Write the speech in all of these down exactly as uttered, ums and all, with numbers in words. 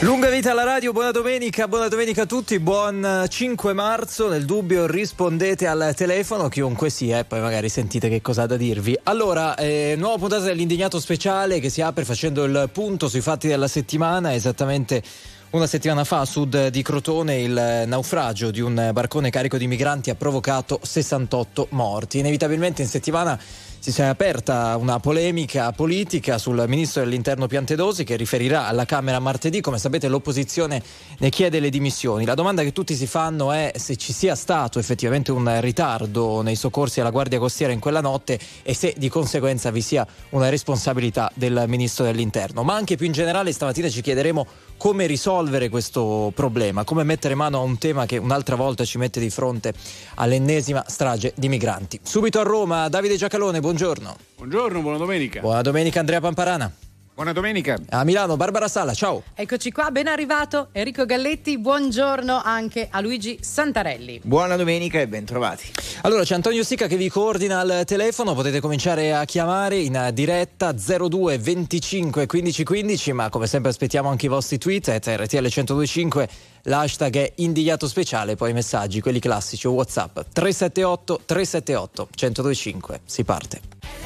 Lunga vita alla radio, buona domenica, buona domenica a tutti, buon cinque marzo. Nel dubbio rispondete al telefono, chiunque sia, e poi magari sentite che cosa ha da dirvi. Allora, eh, nuova puntata dell'Indignato Speciale che si apre facendo il punto sui fatti della settimana. Esattamente una settimana fa a sud di Crotone il naufragio di un barcone carico di migranti ha provocato sessantotto morti. Inevitabilmente in settimana si è aperta una polemica politica sul ministro dell'Interno Piantedosi, che riferirà alla Camera martedì. Come sapete, l'opposizione ne chiede le dimissioni. La domanda che tutti si fanno è se ci sia stato effettivamente un ritardo nei soccorsi alla Guardia Costiera in quella notte e se di conseguenza vi sia una responsabilità del ministro dell'Interno. Ma anche più in generale stamattina ci chiederemo come risolvere questo problema, come mettere mano a un tema che un'altra volta ci mette di fronte all'ennesima strage di migranti. Subito a Roma, Davide Giacalone, buongiorno. Buongiorno, buona domenica. Buona domenica, Andrea Pamparana. Buona domenica. A Milano, Barbara Sala, ciao. Eccoci qua, ben arrivato Enrico Galletti, buongiorno anche a Luigi Santarelli. Buona domenica e ben trovati. Allora, c'è Antonio Sica che vi coordina al telefono, potete cominciare a chiamare in diretta zero due venticinque quindici quindici, ma come sempre aspettiamo anche i vostri tweet, at R T L centodue e cinque, l'hashtag è Indignato Speciale, poi i messaggi, quelli classici o WhatsApp, tre sette otto tre sette otto centodue e cinque, si parte.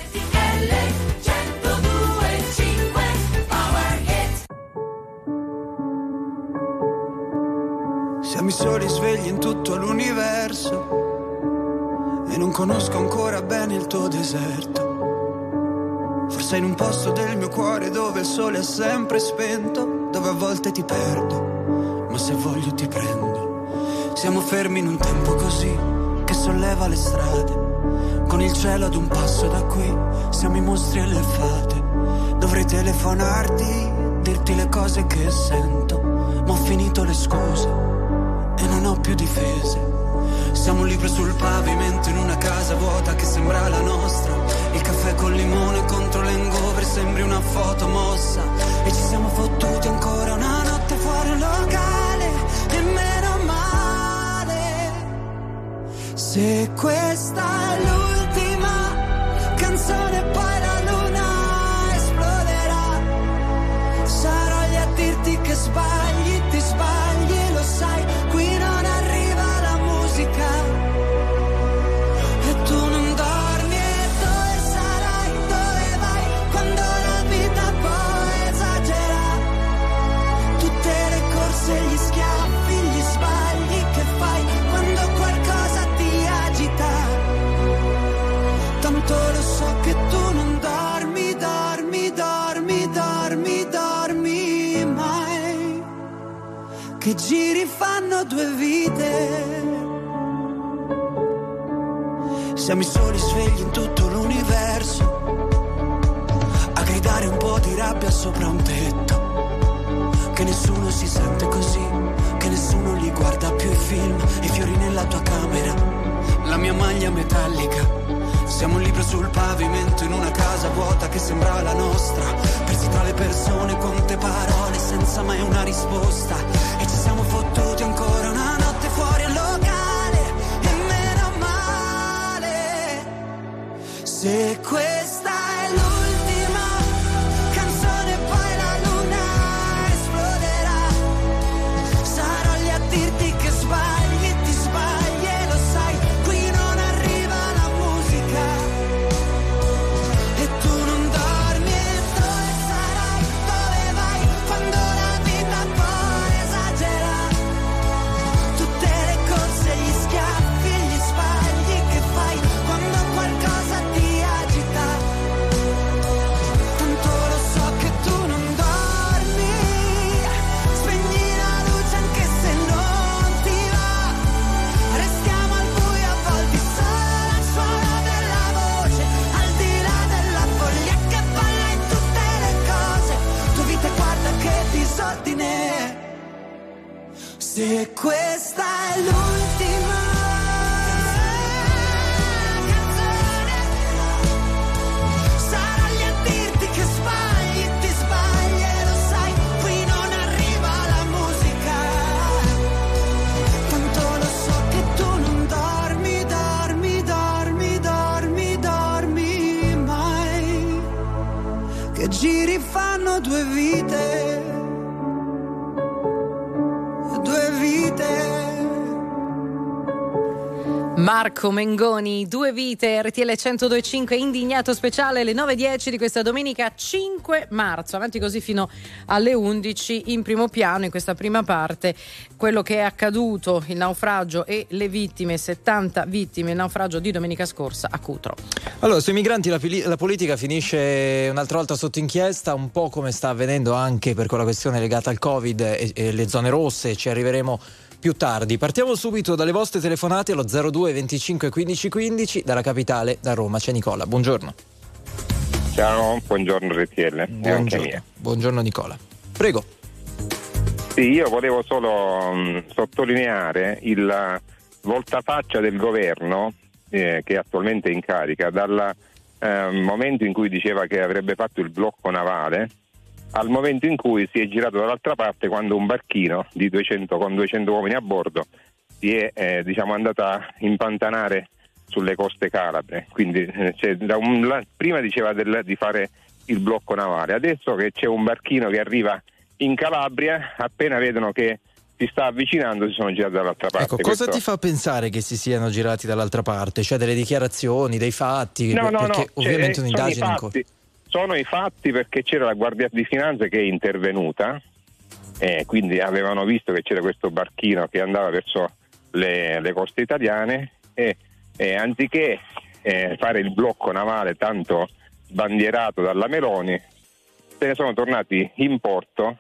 Siamo i soli svegli in tutto l'universo e non conosco ancora bene il tuo deserto. Forse in un posto del mio cuore dove il sole è sempre spento, dove a volte ti perdo, ma se voglio ti prendo. Siamo fermi in un tempo così che solleva le strade, con il cielo ad un passo da qui, siamo i mostri e le fate. Dovrei telefonarti, dirti le cose che sento, ma ho finito le scuse e non ho più difese. Siamo un libro sul pavimento in una casa vuota che sembra la nostra. Il caffè col limone contro l'hangover sembri una foto mossa. E ci siamo fottuti ancora una notte fuori un locale, e meno male. Se questa è l'ultima canzone poi la luna esploderà, sarò lì a dirti che sbagli, ti sbagli, lo sai. Qui non arriva la musica e tu non dormi, e dove sarai, dove vai, quando la vita poi esagera. Tutte le corse, gli schiaffi, gli sbagli che fai quando qualcosa ti agita. Tanto lo so che tu non dormi, dormi, dormi, dormi, dormi mai, che giri fanno due vite. Siamo i soli svegli in tutto l'universo, a gridare un po' di rabbia sopra un tetto, che nessuno si sente così, che nessuno li guarda più i film, i fiori nella tua camera, la mia maglia metallica. Siamo un libro sul pavimento in una casa vuota che sembra la nostra, persi tra le persone, quante parole senza mai una risposta. E ci siamo fottuti ancora una notte fuori al locale, e meno male. Se questa è l'ultima canzone poi la luna esploderà, sarò lì a dirti che sbagli, ti sbagli e lo sai. Qui non arriva la musica e tu non dormi, e dove sarai, dove vai, quando la vita poi esagera. Tutte le corse, gli schiaffi, gli sbagli che fai quando qualcosa ti agita. Tanto lo so che tu non dormi, spegni la luce anche se non ti va. Restiamo al buio a volte solo al suono della voce, al di là della follia che balla in tutte le cose. Tua vita guarda che disordine, se questa è l'ultima canzone, sarò lì a dirti che sbagli, ti sbagli e lo sai. Qui non arriva la musica, tanto lo so che tu non dormi, dormi, dormi, dormi, dormi mai, che giri fanno due vite. Marco Mengoni, Due vite, R T L centodue e cinque, indignato speciale, le nove e dieci di questa domenica cinque marzo. Avanti così fino alle undici. In primo piano, in questa prima parte, quello che è accaduto, il naufragio e le vittime, settanta vittime, il naufragio di domenica scorsa a Cutro. Allora, sui migranti la, la politica finisce un'altra volta sotto inchiesta, un po' come sta avvenendo anche per quella questione legata al Covid e, e le zone rosse. Ci arriveremo più tardi. Partiamo subito dalle vostre telefonate allo zero due venticinque quindici quindici. Dalla capitale, da Roma, c'è Nicola. Buongiorno. Ciao, buongiorno R T L. Buongiorno, buongiorno Nicola. Prego. Sì, io volevo solo um, sottolineare il voltafaccia del governo eh, che è attualmente in carica, dal eh, momento in cui diceva che avrebbe fatto il blocco navale al momento in cui si è girato dall'altra parte, quando un barchino di duecento con duecento uomini a bordo si è eh, diciamo andato a impantanare sulle coste calabre. Quindi eh, c'è da un, la, prima diceva del, di fare il blocco navale, adesso che c'è un barchino che arriva in Calabria, appena vedono che si sta avvicinando si sono girati dall'altra parte. Ecco, cosa Questo... ti fa pensare che si siano girati dall'altra parte? Cioè delle dichiarazioni, dei fatti? No, no, perché no, ovviamente cioè, un'indagine sono i, sono i fatti perché c'era la Guardia di Finanza che è intervenuta, eh, quindi avevano visto che c'era questo barchino che andava verso le, le coste italiane e, e anziché eh, fare il blocco navale tanto bandierato dalla Meloni, se ne sono tornati in porto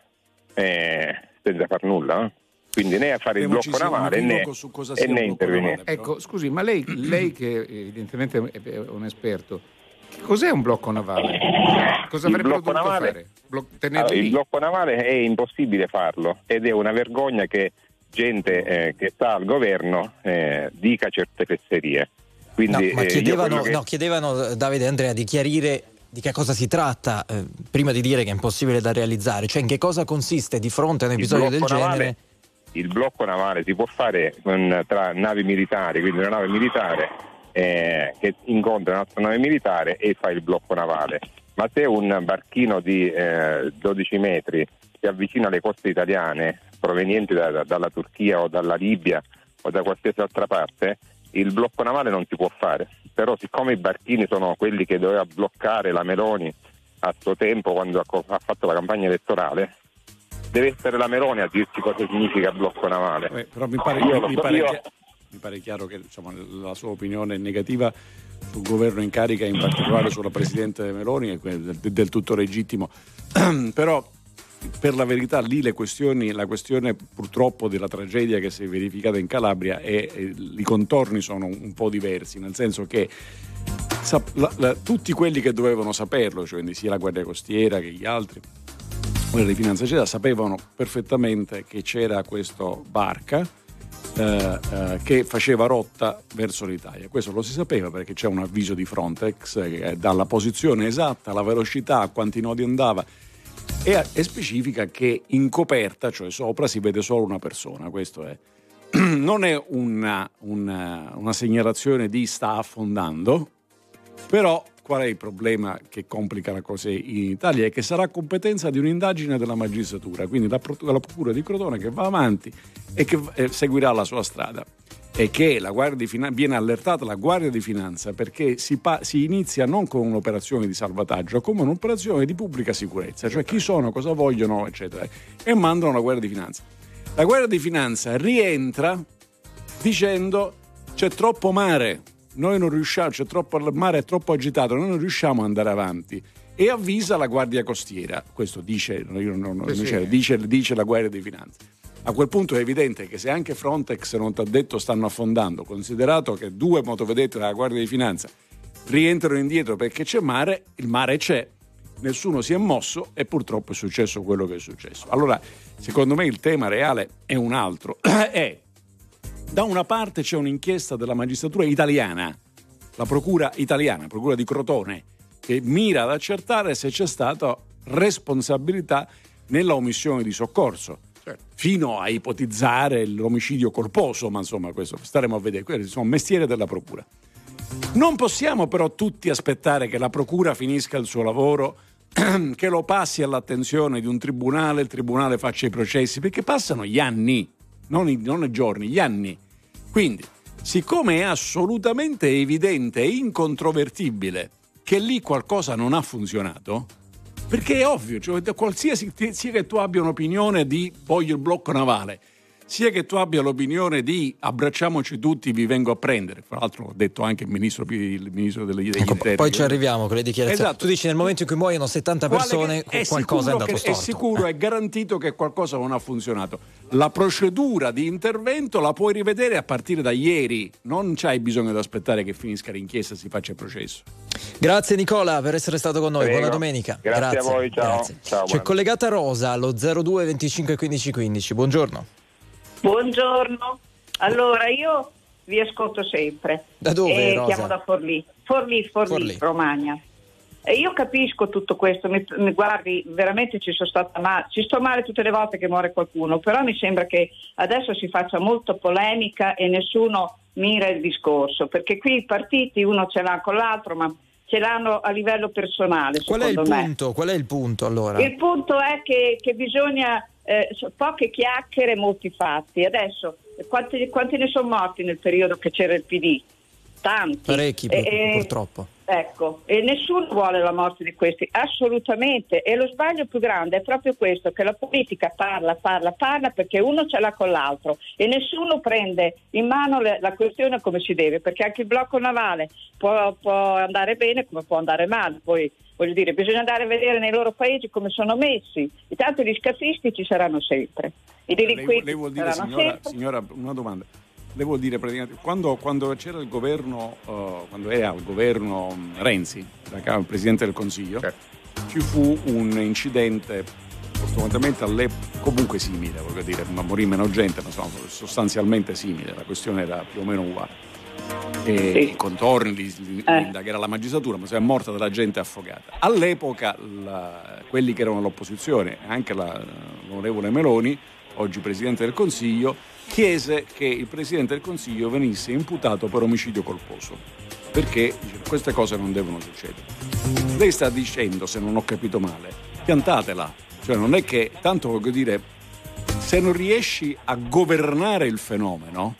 eh, senza far nulla, eh? Quindi né a fare il blocco navale né, e né intervenire. Ecco, scusi, ma lei, lei che evidentemente è un esperto, cos'è un blocco navale? Cosa avrebbe dovuto navale, fare? Blo- allora, il blocco navale è impossibile farlo ed è una vergogna che gente eh, che sta al governo eh, dica certe fesserie. Quindi, no, ma eh, chiedevano, che... no, chiedevano Davide e Andrea di chiarire di che cosa si tratta eh, prima di dire che è impossibile da realizzare, cioè in che cosa consiste di fronte a un episodio del navale, genere. Il blocco navale si può fare con, tra navi militari, quindi una nave militare eh, che incontra un'altra nave militare e fa il blocco navale, ma se un barchino di eh, dodici metri si avvicina alle coste italiane provenienti da, da, dalla Turchia o dalla Libia o da qualsiasi altra parte, il blocco navale non si può fare. Però siccome i barchini sono quelli che doveva bloccare la Meloni a suo tempo quando ha, ha fatto la campagna elettorale, deve essere la Meloni a dirci cosa significa blocco navale. Eh, però mi pare, io, mi, pare io... chi- mi pare chiaro che insomma, la sua opinione negativa sul governo in carica, in particolare sulla Presidente Meloni, è del, del tutto legittimo. Però per la verità lì le questioni, la questione purtroppo della tragedia che si è verificata in Calabria e, e i contorni sono un, un po' diversi, nel senso che sa, la, la, tutti quelli che dovevano saperlo, cioè sia la Guardia Costiera che gli altri, quella di Finanza eccetera, sapevano perfettamente che c'era questo barca eh, eh, che faceva rotta verso l'Italia. Questo lo si sapeva perché c'è un avviso di Frontex che dà la posizione esatta, la velocità, a quanti nodi andava e, e specifica che in coperta, cioè sopra, si vede solo una persona. Questo è. Non è una, una, una segnalazione di sta affondando, però qual è il problema che complica la cosa in Italia? È che sarà competenza di un'indagine della magistratura, quindi la, la procura di Crotone che va avanti e che eh, seguirà la sua strada, e che la Guardia di Finanza, viene allertata la Guardia di Finanza perché si, pa- si inizia non con un'operazione di salvataggio, ma come un'operazione di pubblica sicurezza, cioè chi sono, cosa vogliono, eccetera, e mandano la Guardia di Finanza. La Guardia di Finanza rientra dicendo c'è troppo mare, noi non riusciamo, c'è troppo, il mare è troppo agitato, noi non riusciamo ad andare avanti, e avvisa la Guardia Costiera. Questo dice, io non, non, sì, sì. dice, dice la Guardia di Finanza. A quel punto è evidente che se anche Frontex non ti ha detto stanno affondando, considerato che due motovedette della Guardia di Finanza rientrano indietro perché c'è mare, il mare c'è, nessuno si è mosso e purtroppo è successo quello che è successo. Allora, secondo me il tema reale è un altro. È, da una parte c'è un'inchiesta della magistratura italiana, la procura italiana, la procura di Crotone, che mira ad accertare se c'è stata responsabilità nella omissione di soccorso, certo, fino a ipotizzare l'omicidio colposo, ma insomma questo staremo a vedere, quelli sono mestieri della procura. Non possiamo però tutti aspettare che la procura finisca il suo lavoro, che lo passi all'attenzione di un tribunale, il tribunale faccia i processi, perché passano gli anni, non i, non i giorni, gli anni. Quindi siccome è assolutamente evidente e incontrovertibile che lì qualcosa non ha funzionato, perché è ovvio, cioè, qualsiasi, sia che tu abbia un'opinione di voglio il blocco navale, sia che tu abbia l'opinione di abbracciamoci tutti, vi vengo a prendere. Fra l'altro ho detto anche il ministro, il ministro degli, degli ecco, interni. Poi ci arriviamo con le dichiarazioni. Esatto. Tu dici nel momento in cui muoiono settanta persone qualcosa è andato che, storto. È sicuro, eh. è garantito che qualcosa non ha funzionato. La procedura di intervento la puoi rivedere a partire da ieri. Non c'hai bisogno di aspettare che finisca l'inchiesta e si faccia il processo. Grazie Nicola per essere stato con noi. Prego. Buona domenica. Grazie, Grazie a voi, ciao. Grazie. Ciao, C'è collegata Rosa allo zero due venticinque quindici quindici. Buongiorno. Buongiorno, allora io vi ascolto sempre. Da dove, eh, Rosa? Chiamo da Forlì, Forlì, Forlì, Forlì. Romagna. E io capisco tutto questo, mi, mi guardi, veramente ci sono stata male, ci sto male tutte le volte che muore qualcuno, però mi sembra che adesso si faccia molto polemica e nessuno mira il discorso, perché qui i partiti uno ce l'ha con l'altro, ma ce l'hanno a livello personale. Qual è il me. punto? Qual è il punto allora? Il punto è che, che bisogna eh, poche chiacchiere e molti fatti. Adesso quanti, quanti ne sono morti nel periodo che c'era il P D? Tanti. Parecchi e, pur- e, purtroppo. Ecco, e nessuno vuole la morte di questi, assolutamente. E lo sbaglio più grande è proprio questo, che la politica parla, parla, parla perché uno ce l'ha con l'altro e nessuno prende in mano le, la questione come si deve, perché anche il blocco navale può, può andare bene come può andare male. Poi voglio dire, bisogna andare a vedere nei loro paesi come sono messi. Intanto gli scafisti ci saranno sempre, i delinquenti lei, lei vuol dire, saranno signora, sempre. signora, una domanda. Le vuol dire praticamente quando, quando c'era il governo, uh, quando era al governo um, Renzi, il Presidente del Consiglio, certo, ci fu un incidente fortunatamente all'epoca comunque simile, voglio dire, ma morì meno gente, ma insomma, sostanzialmente simile, la questione era più o meno uguale. E sì. I contorni li, li eh. indagherà la magistratura, ma si è morta della gente affogata. All'epoca la, quelli che erano all'opposizione, anche la, l'onorevole Meloni, oggi Presidente del Consiglio, chiese che il Presidente del Consiglio venisse imputato per omicidio colposo, perché dice, queste cose non devono succedere. Lei sta dicendo, se non ho capito male, piantatela, cioè non è che, tanto voglio dire, se non riesci a governare il fenomeno,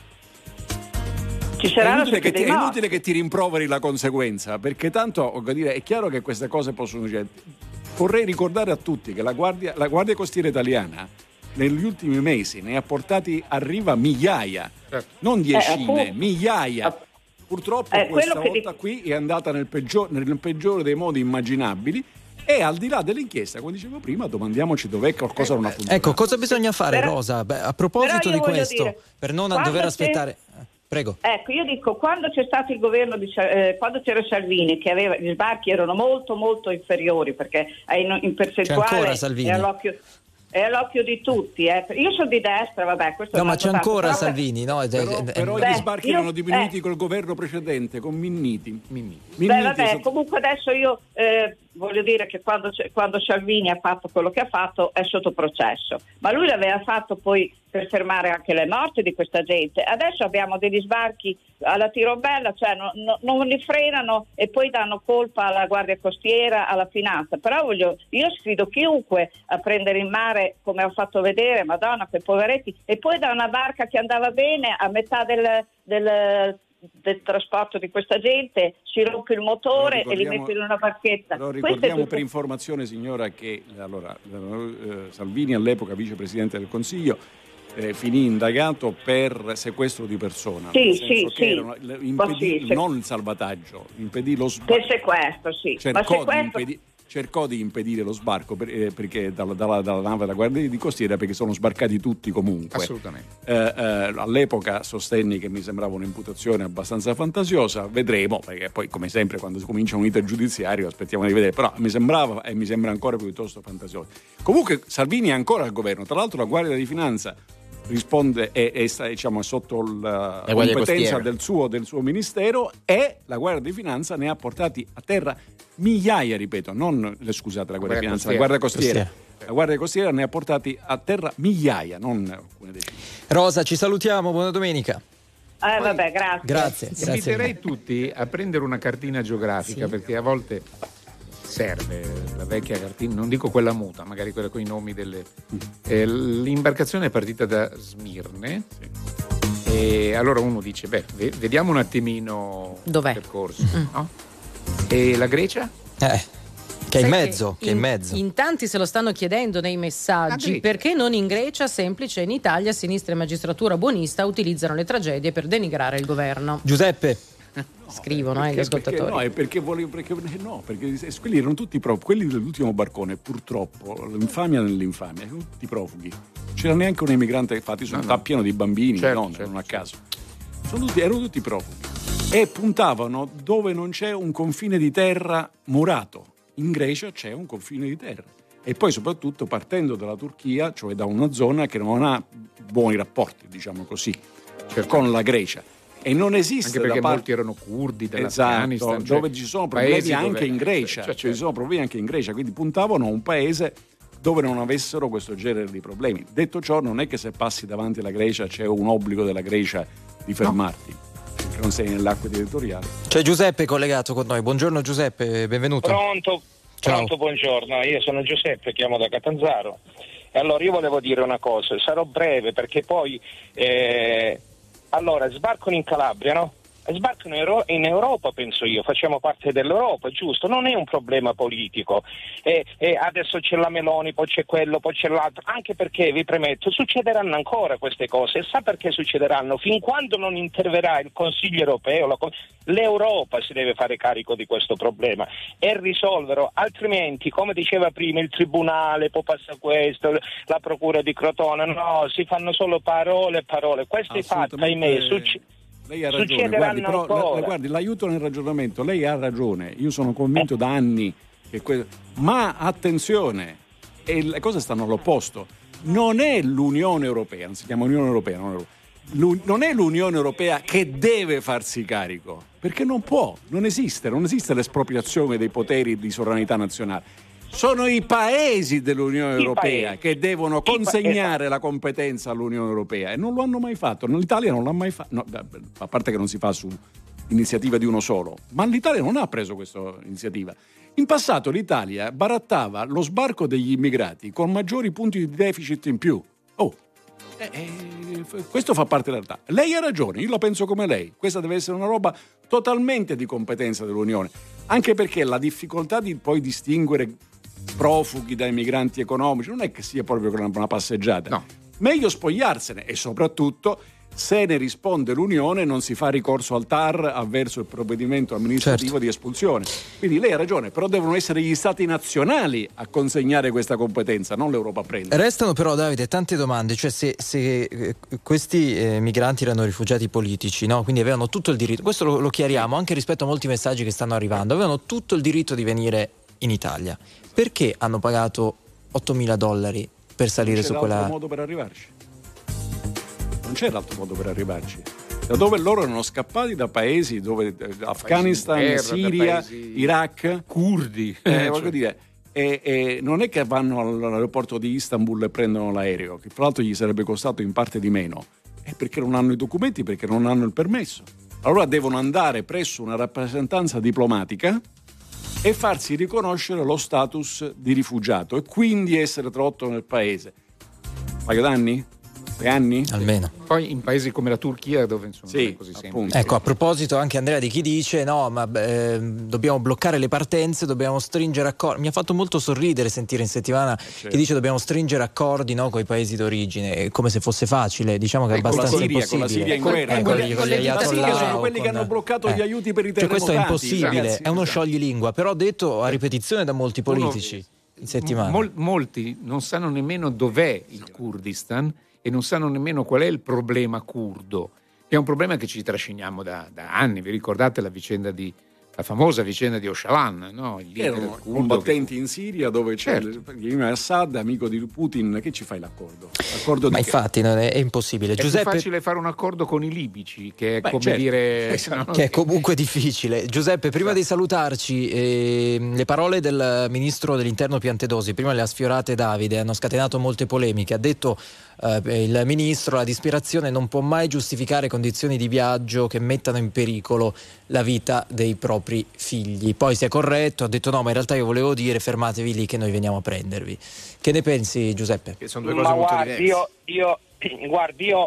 ci sarà è, inutile che ti, è inutile che ti rimproveri la conseguenza, perché tanto voglio dire, è chiaro che queste cose possono succedere. Vorrei ricordare a tutti che la Guardia, la Guardia Costiera Italiana negli ultimi mesi ne ha portati a riva migliaia, certo, non decine, eh, migliaia. Purtroppo eh, questa volta dico... qui è andata nel peggiore, nel peggiore dei modi immaginabili. E al di là dell'inchiesta, come dicevo prima, domandiamoci dov'è qualcosa eh, non ha funzionato. Ecco, cosa bisogna fare, però, Rosa? Beh, a proposito di questo, dire, per non dover aspettare... Prego. Ecco, io dico, quando c'è stato il governo di eh, quando c'era Salvini, che aveva gli sbarchi erano molto molto inferiori, perché in, in percentuale c'è ancora Salvini. È all'occhio, è all'occhio di tutti, eh. Io sono di destra, vabbè, questo no, è ma c'è tanto, ancora però, Salvini, no? Però, però beh, gli sbarchi io, erano diminuiti eh, col governo precedente, con Minniti. Minniti. Beh, Minniti vabbè, stato... comunque adesso io eh, voglio dire che quando, quando Salvini ha fatto quello che ha fatto è sotto processo, ma lui l'aveva fatto poi per fermare anche le morti di questa gente. Adesso abbiamo degli sbarchi alla tirobella, cioè no, no, non li frenano e poi danno colpa alla Guardia Costiera, alla Finanza. Però voglio, io sfido chiunque a prendere in mare, come ho fatto vedere, Madonna, quei poveretti, e poi da una barca che andava bene a metà del, del del trasporto di questa gente si rompe il motore e li mette in una barchetta. Lo ricordiamo tutto... per informazione, signora, che allora, eh, Salvini all'epoca vicepresidente del Consiglio eh, finì indagato per sequestro di persona, sì, nel senso sì, che sì. Era, impedì, sì, sì. non il salvataggio, impedì lo sbarco. Per sequestro, sì. Cercò, Ma sequestro... di impedì, cercò di impedire lo sbarco per, eh, perché dalla, dalla, dalla nave della Guardia di Costiera, perché sono sbarcati tutti comunque. Assolutamente. Eh, eh, all'epoca sostenni che mi sembrava un'imputazione abbastanza fantasiosa, vedremo, perché poi come sempre quando si comincia un iter giudiziario aspettiamo di vedere, però mi sembrava e mi sembra ancora piuttosto fantasioso. Comunque Salvini è ancora al governo, tra l'altro la Guardia di Finanza risponde e, e sta, diciamo, sotto la, la competenza del suo, del suo ministero, e la Guardia di Finanza ne ha portati a terra migliaia, ripeto, non le scusate la Guardia di Finanza, la Guardia Costiera. Costiera. La Guardia Costiera ne ha portati a terra migliaia, non alcune decine. Rosa, ci salutiamo, buona domenica. Eh, vabbè, grazie. Grazie. Inviterei grazie. tutti a prendere una cartina geografica, sì, perché a volte serve la vecchia cartina, non dico quella muta, magari quella con i nomi delle... Eh, l'imbarcazione è partita da Smirne, sì, E allora uno dice, beh, vediamo un attimino Dov'è? il percorso, mm. no? E la Grecia? Eh. Che è in mezzo, che, che in, in mezzo. In tanti se lo stanno chiedendo nei messaggi, perché non in Grecia, semplice, in Italia sinistra e magistratura buonista utilizzano le tragedie per denigrare il governo. Giuseppe. No, scrivono perché, eh, gli ascoltatori. Perché no, è perché volevo perché, no, perché quelli erano tutti profughi, quelli dell'ultimo barcone, purtroppo, l'infamia nell'infamia, erano tutti profughi. C'era neanche un emigrante, infatti sono no, no. pieno di bambini, certo, non, certo, non a caso. Sono tutti, erano tutti profughi e puntavano dove non c'è un confine di terra murato. In Grecia c'è un confine di terra e poi soprattutto partendo dalla Turchia, cioè da una zona che non ha buoni rapporti, diciamo così, certo. con la Grecia. E non esiste anche perché da parte... molti erano curdi dell'Afghanistan, esatto, dove ci sono problemi anche dove... in Grecia, cioè, cioè, ci sono problemi anche in Grecia, quindi puntavano a un paese dove non avessero questo genere di problemi. Detto ciò, non è che se passi davanti alla Grecia c'è un obbligo della Grecia di fermarti, no. perché non sei nell'acqua territoriale. C'è Giuseppe collegato con noi. Buongiorno Giuseppe, benvenuto. Pronto, pronto, buongiorno. Io sono Giuseppe, chiamo da Catanzaro. E allora io volevo dire una cosa, sarò breve perché poi eh, allora sbarcano in Calabria, no? Sbarcano in Europa, penso io, facciamo parte dell'Europa, giusto? Non è un problema politico. E, e adesso c'è la Meloni, poi c'è quello, poi c'è l'altro, anche perché, vi premetto, succederanno ancora queste cose. E sa perché succederanno? Fin quando non interverrà il Consiglio europeo, la, l'Europa si deve fare carico di questo problema e risolverlo, altrimenti, come diceva prima, il Tribunale, poi passa questo, la Procura di Crotone, no, si fanno solo parole e parole. Questi fatti, ahimè, succedono. Lei ha ragione, guardi, però, la, guardi, l'aiuto nel ragionamento, lei ha ragione, io sono convinto da anni che que- ma attenzione, e le cose stanno all'opposto, non è l'Unione Europea, non si chiama Unione Europea, non, L'un- non è l'Unione Europea che deve farsi carico, perché non può, non esiste, non esiste l'espropriazione dei poteri di sovranità nazionale. Sono i paesi dell'Unione Europea paesi. che devono consegnare la competenza all'Unione Europea e non lo hanno mai fatto. L'Italia non l'ha mai fatto, no, a parte che non si fa su iniziativa di uno solo, ma l'Italia non ha preso questa iniziativa. In passato l'Italia barattava lo sbarco degli immigrati con maggiori punti di deficit in più. Oh, eh, eh, questo fa parte della realtà. Lei ha ragione, io la penso come lei. Questa deve essere una roba totalmente di competenza dell'Unione, anche perché la difficoltà di poi distinguere profughi dai migranti economici non è che sia proprio una passeggiata, no. Meglio spogliarsene e soprattutto se ne risponde l'Unione non si fa ricorso al T A R avverso il provvedimento amministrativo certo. di espulsione. Quindi lei ha ragione, però devono essere gli stati nazionali a consegnare questa competenza, non l'Europa a prendere. Restano però, Davide, tante domande, cioè se, se eh, questi eh, migranti erano rifugiati politici, no? Quindi avevano tutto il diritto, questo lo, lo chiariamo anche rispetto a molti messaggi che stanno arrivando, avevano tutto il diritto di venire in Italia. Perché hanno pagato ottomila dollari per salire su quella... Non c'era altro modo per arrivarci. Non c'era altro modo per arrivarci. Da dove loro erano scappati da paesi dove Afghanistan, guerra, Siria, paesi... Iraq, curdi. Eh, eh, voglio cioè... dire, e, e non è che vanno all'aeroporto di Istanbul e prendono l'aereo, che fra l'altro gli sarebbe costato in parte di meno. È perché non hanno i documenti, perché non hanno il permesso. Allora devono andare presso una rappresentanza diplomatica e farsi riconoscere lo status di rifugiato e quindi essere tradotto nel paese. Un paio d'anni? Tre anni? Almeno. Poi in paesi come la Turchia dove insomma sì, non è così semplice. Ecco, a proposito anche Andrea di chi dice no ma eh, dobbiamo bloccare le partenze, dobbiamo stringere accordi, mi ha fatto molto sorridere sentire in settimana certo. chi dice dobbiamo stringere accordi, no, con i paesi d'origine, come se fosse facile, diciamo che è abbastanza Siria, impossibile. Con la Siria in guerra, eh, con, con, con gli ayatollah sono quelli che hanno bloccato eh. gli aiuti per i terremotati. Cioè questo è impossibile, ragazzi, è uno esatto. scioglilingua, però detto a ripetizione da molti politici Uno, in settimana. Mol, molti non sanno nemmeno dov'è il Kurdistan e non sanno nemmeno qual è il problema curdo, che è un problema che ci trasciniamo da, da anni. Vi ricordate la vicenda di la famosa vicenda di Öcalan, no? Il leader erano curdo combattenti che... in Siria dove c'è certo. Assad, amico di Putin, che ci fai l'accordo? L'accordo Ma di infatti non è, è impossibile. È Giuseppe... più facile fare un accordo con i libici, che è Beh, come certo. dire esatto. che è comunque difficile. Giuseppe, prima esatto. di salutarci, eh, le parole del ministro dell'interno Piantedosi, prima le ha sfiorate Davide, hanno scatenato molte polemiche. Ha detto eh, il ministro: la disperazione non può mai giustificare condizioni di viaggio che mettano in pericolo la vita dei propri figli. Poi si è corretto, ha detto no, ma in realtà io volevo dire fermatevi lì che noi veniamo a prendervi. Che ne pensi, Giuseppe? Che sono due cose ma molto guardi, diverse. Io, io, guardi, io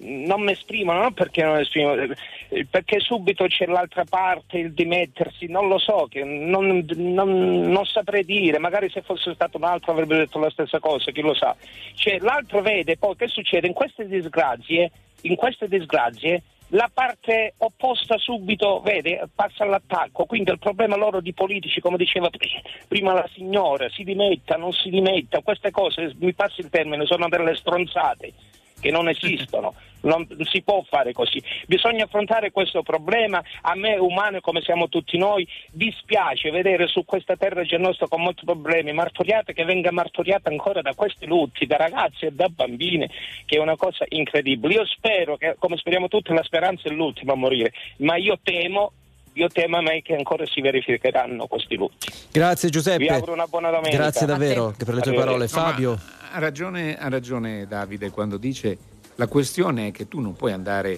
non mi esprimo, non perché non esprimo, perché subito c'è l'altra parte, il dimettersi, non lo so, che non, non, non saprei dire, magari se fosse stato un altro avrebbe detto la stessa cosa, chi lo sa. Cioè, l'altro vede poi che succede in queste disgrazie, in queste disgrazie la parte opposta subito vede, passa all'attacco, quindi il problema loro di politici, come diceva prima la signora, si dimetta, non si dimetta, queste cose, mi passi il termine, sono delle stronzate che non esistono, non si può fare così, bisogna affrontare questo problema. A me, umano come siamo tutti noi, dispiace vedere su questa terra c'è nostro con molti problemi, martoriata, che venga martoriata ancora da questi lutti, da ragazzi e da bambine, che è una cosa incredibile. Io spero che, come speriamo tutti, la speranza è l'ultima a morire, ma io temo Io temo a me che ancora si verificheranno questi lutti. Grazie Giuseppe. Vi auguro una buona domenica. Grazie davvero per le tue parole. Fabio. No, ha ragione, ha ragione Davide quando dice la questione è che tu non puoi andare.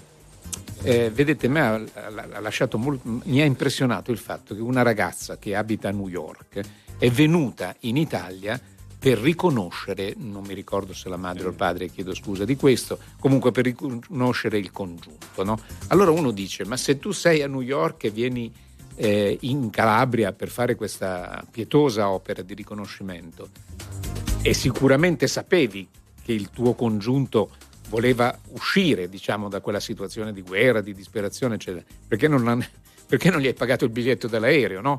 Eh, vedete, me ha, ha lasciato molto, mi ha impressionato il fatto che una ragazza che abita a New York è venuta in Italia per riconoscere, non mi ricordo se la madre o il padre, chiedo scusa di questo, comunque per riconoscere il congiunto, no? Allora uno dice, ma se tu sei a New York e vieni eh, in Calabria per fare questa pietosa opera di riconoscimento e sicuramente sapevi che il tuo congiunto voleva uscire, diciamo, da quella situazione di guerra, di disperazione, eccetera, perché non, perché non gli hai pagato il biglietto dell'aereo, no?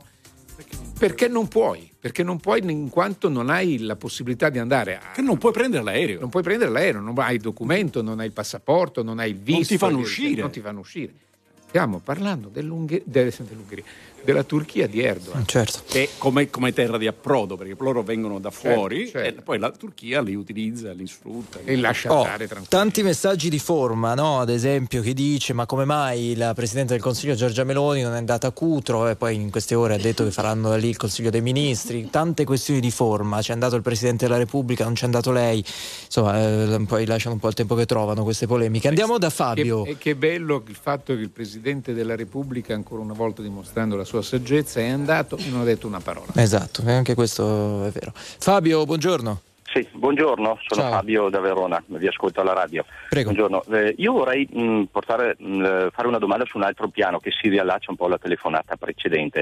Perché non puoi, perché non puoi in quanto non hai la possibilità di andare a... Che non puoi prendere l'aereo. Non puoi prendere l'aereo, non hai il documento, non hai il passaporto, non hai il visto. Non ti fanno uscire. Non ti fanno uscire. Stiamo parlando dell'Unghe- dell'Ungheria, della Turchia di Erdogan. Certo. Che come, come terra di approdo, perché loro vengono da fuori, certo, certo. E poi la Turchia li utilizza, li sfrutta. E lascia Oh, andare tranquillo. tanti messaggi di forma, no? Ad esempio, chi dice ma come mai la Presidente del Consiglio Giorgia Meloni non è andata a Cutro e poi in queste ore ha detto che faranno lì il Consiglio dei Ministri. Tante questioni di forma, c'è andato il Presidente della Repubblica, non c'è andato lei, insomma eh, poi lasciano un po' il tempo che trovano queste polemiche. Andiamo da Fabio. E che bello il fatto che il Presidente della Repubblica, ancora una volta dimostrando la sua saggezza, è andato e non ha detto una parola. Esatto, anche questo è vero. Fabio, buongiorno. Sì, buongiorno, sono Ciao. Fabio da Verona, vi ascolto alla radio. Prego. Buongiorno, eh, io vorrei mh, portare, mh, fare una domanda su un altro piano che si riallaccia un po' alla telefonata precedente.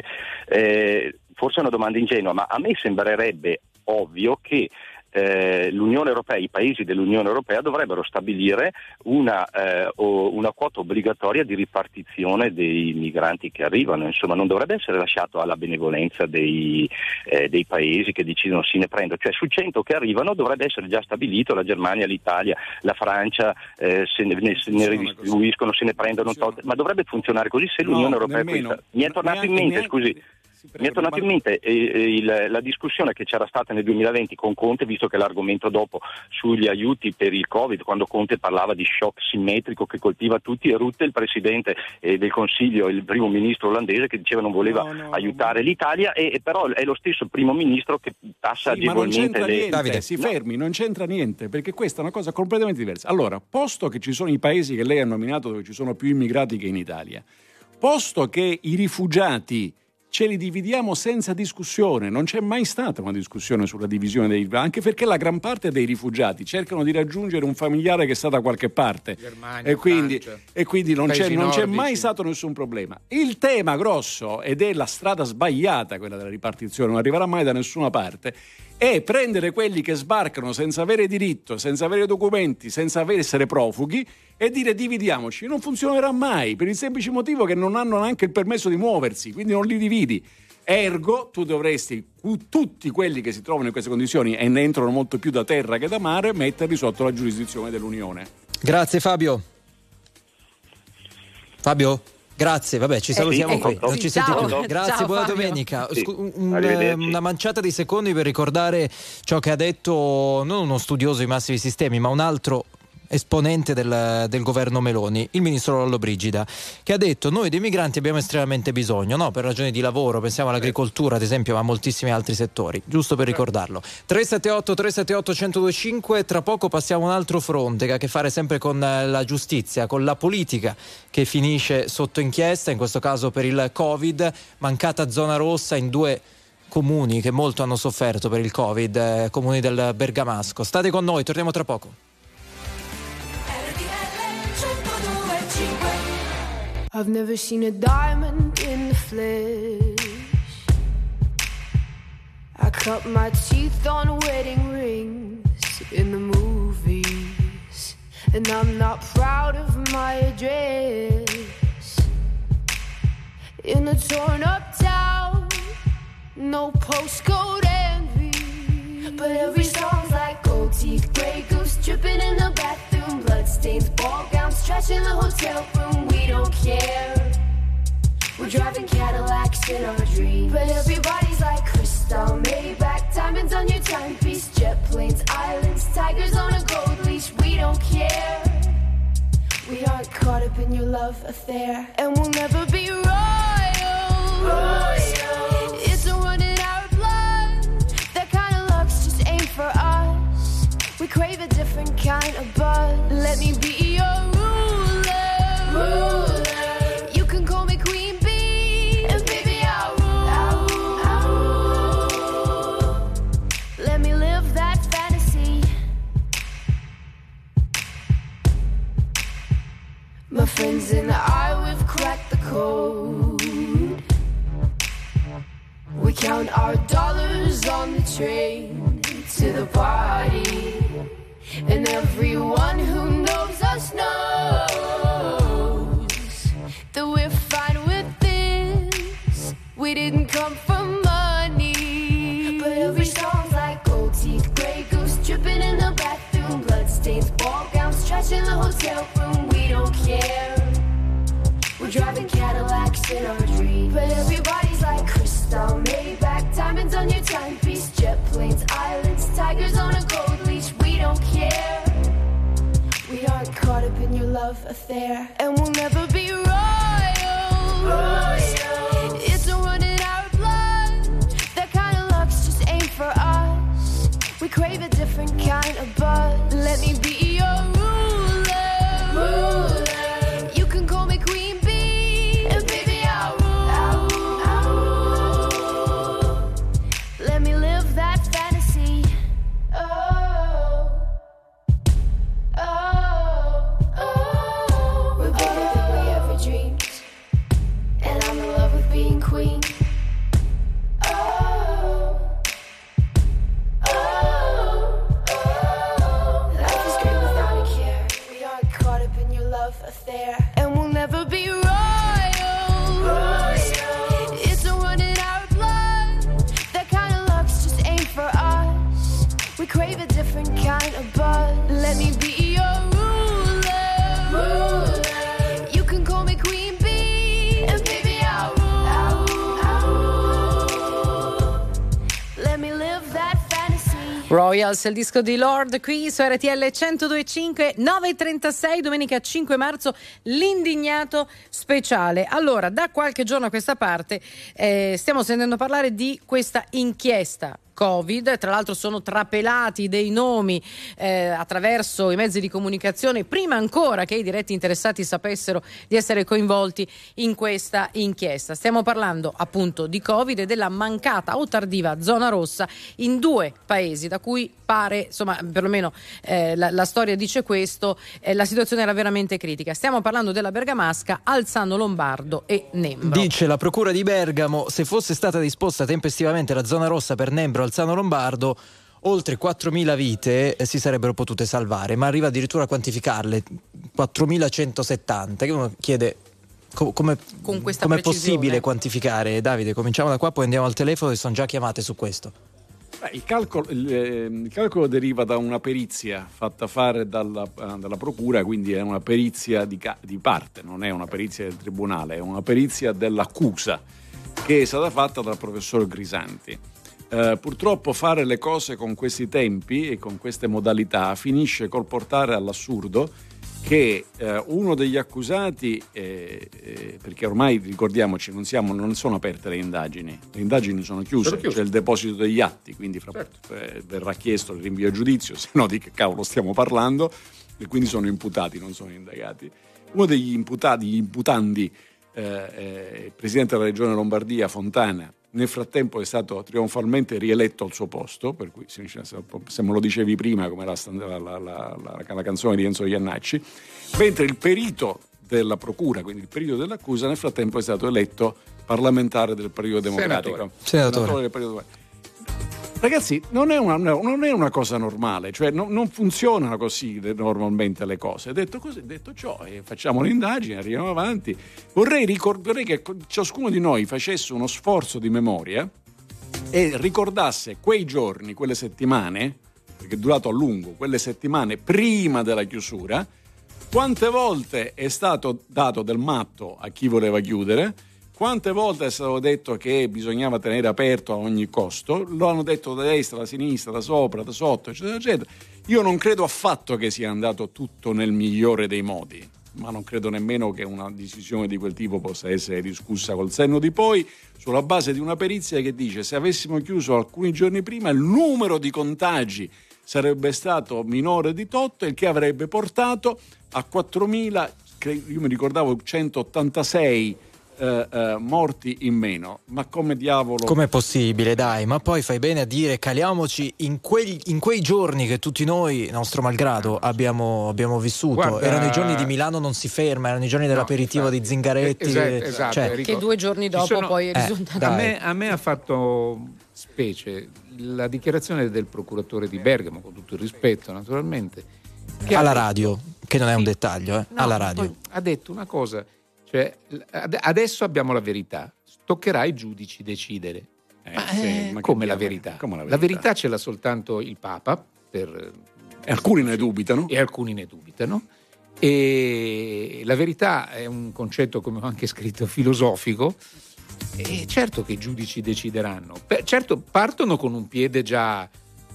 Eh, forse è una domanda ingenua, ma a me sembrerebbe ovvio che Eh, l'Unione Europea, i paesi dell'Unione Europea dovrebbero stabilire una, eh, o una quota obbligatoria di ripartizione dei migranti che arrivano, insomma non dovrebbe essere lasciato alla benevolenza dei, eh, dei paesi che decidono se ne prendono, cioè su cento che arrivano dovrebbe essere già stabilito la Germania, l'Italia, la Francia eh, se ne, ne, se ne ridistribuiscono, se ne prendono tot, ma dovrebbe funzionare così se l'Unione no, Europea nemmeno, questa... mi è tornato neanche, in mente neanche, scusi Mi è tornato in mente eh, il, la discussione che c'era stata nel duemilaventi con Conte, visto che l'argomento dopo sugli aiuti per il Covid, quando Conte parlava di shock simmetrico che colpiva tutti, e Rutte, il presidente eh, del Consiglio, il primo ministro olandese, che diceva non voleva no, no, aiutare no. l'Italia, e, e però è lo stesso primo ministro che tassa sì, agevolmente ma non c'entra le... niente, Davide. si fermi, non c'entra niente, perché questa è una cosa completamente diversa. Allora, posto che ci sono i paesi che lei ha nominato dove ci sono più immigrati che in Italia, posto che i rifugiati ce li dividiamo senza discussione, non c'è mai stata una discussione sulla divisione dei rifugiati, anche perché la gran parte dei rifugiati cercano di raggiungere un familiare che sta da qualche parte. Germania, e quindi, Francia, e quindi non, c'è, non c'è mai stato nessun problema. Il tema grosso, ed è la strada sbagliata quella della ripartizione, non arriverà mai da nessuna parte, è prendere quelli che sbarcano senza avere diritto, senza avere documenti, senza avere, essere profughi, e dire dividiamoci. Non funzionerà mai, per il semplice motivo che non hanno neanche il permesso di muoversi, quindi non li dividi. Ergo, tu dovresti, tutti quelli che si trovano in queste condizioni e ne entrano molto più da terra che da mare, metterli sotto la giurisdizione dell'Unione. Grazie Fabio. Fabio? Grazie, vabbè, ci salutiamo eh, qui. eh, Non sì, ci ciao. sentiamo più. Grazie, Ciao, buona Fabio. domenica. Sì. Scu- un, Arrivederci. una manciata di secondi per ricordare ciò che ha detto non uno studioso di massimi sistemi, ma un altro esponente del, del governo Meloni, il ministro Lollobrigida, che ha detto: noi dei migranti abbiamo estremamente bisogno, no? Per ragioni di lavoro, pensiamo all'agricoltura ad esempio, ma a moltissimi altri settori, giusto per ricordarlo. tre sette otto tre sette otto uno zero due cinque. Tra poco passiamo a un altro fronte che ha a che fare sempre con la giustizia, con la politica che finisce sotto inchiesta, in questo caso per il Covid, mancata zona rossa in due comuni che molto hanno sofferto per il Covid, eh, comuni del Bergamasco. State con noi, torniamo tra poco. I've never seen a diamond in the flesh. I cut my teeth on wedding rings in the movies, and I'm not proud of my address. In a torn up town, no postcode envy, but every song's like gold teeth, grey goose dripping in the bathroom, bloodstains, ball gowns, trash in the hotel room. We don't care. We're driving Cadillacs in our dreams, but everybody's like crystal, Maybach, diamonds on your timepiece, jet planes, islands, tigers on a gold leash. We don't care. We aren't caught up in your love affair, and we'll never be royal. Royal. It's a run in our blood. That kind of luck's just ain't for us. We crave a different kind of buzz. Let me be your ruler. Ruler. You can call me Queen Bee, and baby I'll rule. I'll rule. Let me live that fantasy. My friends and I, we've cracked the code. We count our dollars on the train to the party, and everyone who knows us knows that we're fine with this. We didn't come for money, but every song's like gold teeth, grey goose dripping in the bathroom, bloodstains, ball gowns, trash in the hotel room. We don't care. We're driving Cadillacs in our dreams, but everybody's like crystal, Maybach, diamonds on your timepiece, jet planes, islands, tigers on a gold leash. We don't care. We aren't caught up in your love affair, and we'll never be royal. Royal. It's a run in our blood. That kind of luck's just ain't for us. We crave a different kind of buzz. Let me be your ruler. Ruler. You can call me Queen Bee, and baby I'll rule. I'll rule. I'll rule. Let me live that fantasy. Oh, oh, oh. We're bigger than we ever dreamed, and I'm in love with being queen. Oh, oh, oh. Life is great without a care. We aren't caught up in your love affair, and we'll never be royal. Royal. It's a run in our blood. That kind of luck's just ain't for us. We crave a different kind of buzz. Let me be your ruler. Ruler. You can call me Queen Bee, and baby I'll rule. I'll rule. I'll rule. Let me live that fantasy. Royals, il disco di Lord qui su R T L centodue e cinque, nove e trentasei, domenica cinque marzo, l'indignato speciale. Allora, da qualche giorno a questa parte eh, stiamo sentendo parlare di questa inchiesta Covid, tra l'altro sono trapelati dei nomi eh, attraverso i mezzi di comunicazione prima ancora che i diretti interessati sapessero di essere coinvolti in questa inchiesta. Stiamo parlando appunto di Covid e della mancata o tardiva zona rossa in due paesi da cui pare, insomma, perlomeno eh, la, la storia dice questo, eh, la situazione era veramente critica. Stiamo parlando della Bergamasca, Alzano Lombardo e Nembro. Dice la procura di Bergamo: se fosse stata disposta tempestivamente la zona rossa per Nembro Alzano Lombardo, oltre quattromila vite eh, si sarebbero potute salvare, ma arriva addirittura a quantificarle quattromilacentosettanta, che uno chiede co- come Con questa com'è precisione. possibile quantificare. Davide, cominciamo da qua, poi andiamo al telefono e sono già chiamate su questo. Beh, il, calcolo, il, il calcolo deriva da una perizia fatta fare dalla, dalla procura, quindi è una perizia di, di parte, non è una perizia del tribunale, è una perizia dell'accusa che è stata fatta dal professor Grisanti. Eh, purtroppo fare le cose con questi tempi e con queste modalità finisce col portare all'assurdo che eh, uno degli accusati, eh, eh, perché ormai ricordiamoci non, siamo, non sono aperte le indagini, le indagini sono chiuse, sono chiuse. C'è il deposito degli atti, quindi fra, certo. eh, verrà chiesto il rinvio a giudizio, se no di che cavolo stiamo parlando, e quindi sono imputati, non sono indagati. Uno degli imputati, gli imputandi, eh, eh, il presidente della regione Lombardia Fontana, nel frattempo è stato trionfalmente rieletto al suo posto, per cui se me lo dicevi prima come la, la, la, la, la canzone di Enzo Iannacci, mentre il perito della procura, quindi il periodo dell'accusa. Nel frattempo è stato eletto parlamentare del Partito Democratico. Senatore. Senatore. Senatore del Partito Democratico. Ragazzi, non è una, non è una cosa normale, cioè non, non funzionano così normalmente le cose. Detto così, detto ciò, eh, facciamo l'indagine, arriviamo avanti. Vorrei, ricord- vorrei che ciascuno di noi facesse uno sforzo di memoria e ricordasse quei giorni, quelle settimane, perché è durato a lungo, quelle settimane prima della chiusura, quante volte è stato dato del matto a chi voleva chiudere. Quante volte è stato detto che bisognava tenere aperto a ogni costo? Lo hanno detto da destra, da sinistra, da sopra, da sotto, eccetera, eccetera. Io non credo affatto che sia andato tutto nel migliore dei modi, ma non credo nemmeno che una decisione di quel tipo possa essere discussa col senno di poi, sulla base di una perizia che dice: se avessimo chiuso alcuni giorni prima, il numero di contagi sarebbe stato minore di tot, il che avrebbe portato a quattromila, io mi ricordavo centottantasei Uh, uh, morti in meno. Ma come diavolo? Com'è possibile, dai? Ma poi fai bene a dire caliamoci in, quei, in quei giorni che tutti noi, nostro malgrado, abbiamo, abbiamo vissuto. Guarda, erano i giorni di Milano non si ferma, erano i giorni dell'aperitivo no, di Zingaretti. Esatto, esatto, cioè, che due giorni dopo sono, poi è eh, risultato. A me, a me ha fatto specie la dichiarazione del procuratore di Bergamo, con tutto il rispetto naturalmente, che alla detto, radio, che non è sì, un dettaglio, eh, no, alla radio. ha detto una cosa. Cioè, adesso abbiamo la verità, toccherà ai giudici decidere. Eh, ma, sì, eh, ma come, la diavolo, verità? come la verità? La verità ce l'ha soltanto il Papa, per, e alcuni ne dubitano. E alcuni ne dubitano. E la verità è un concetto, come ho anche scritto, filosofico. E certo che i giudici decideranno. Beh, certo, partono con un piede già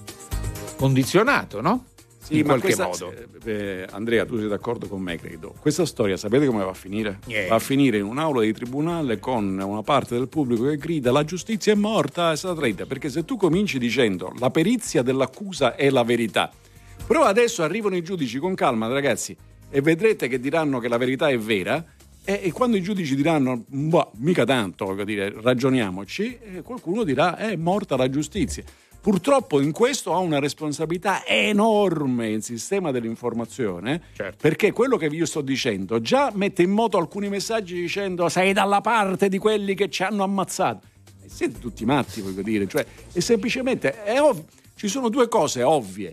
condizionato, no? Sì, in ma qualche questa, modo. Eh, Andrea, tu sei d'accordo con me, credo. Questa storia, sapete come va a finire? Yeah. Va a finire in un'aula di tribunale con una parte del pubblico che grida: la giustizia è morta, è stata tradita. Perché se tu cominci dicendo la perizia dell'accusa è la verità, però adesso arrivano i giudici con calma, ragazzi, e vedrete che diranno che la verità è vera, e, e quando i giudici diranno boh, mica tanto, voglio dire, ragioniamoci, e qualcuno dirà è morta la giustizia. Purtroppo in questo ha una responsabilità enorme il sistema dell'informazione, certo. Perché quello che vi sto dicendo già mette in moto alcuni messaggi dicendo sei dalla parte di quelli che ci hanno ammazzato. E siete tutti matti, voglio dire, cioè è semplicemente è ovvio. Ci sono due cose ovvie: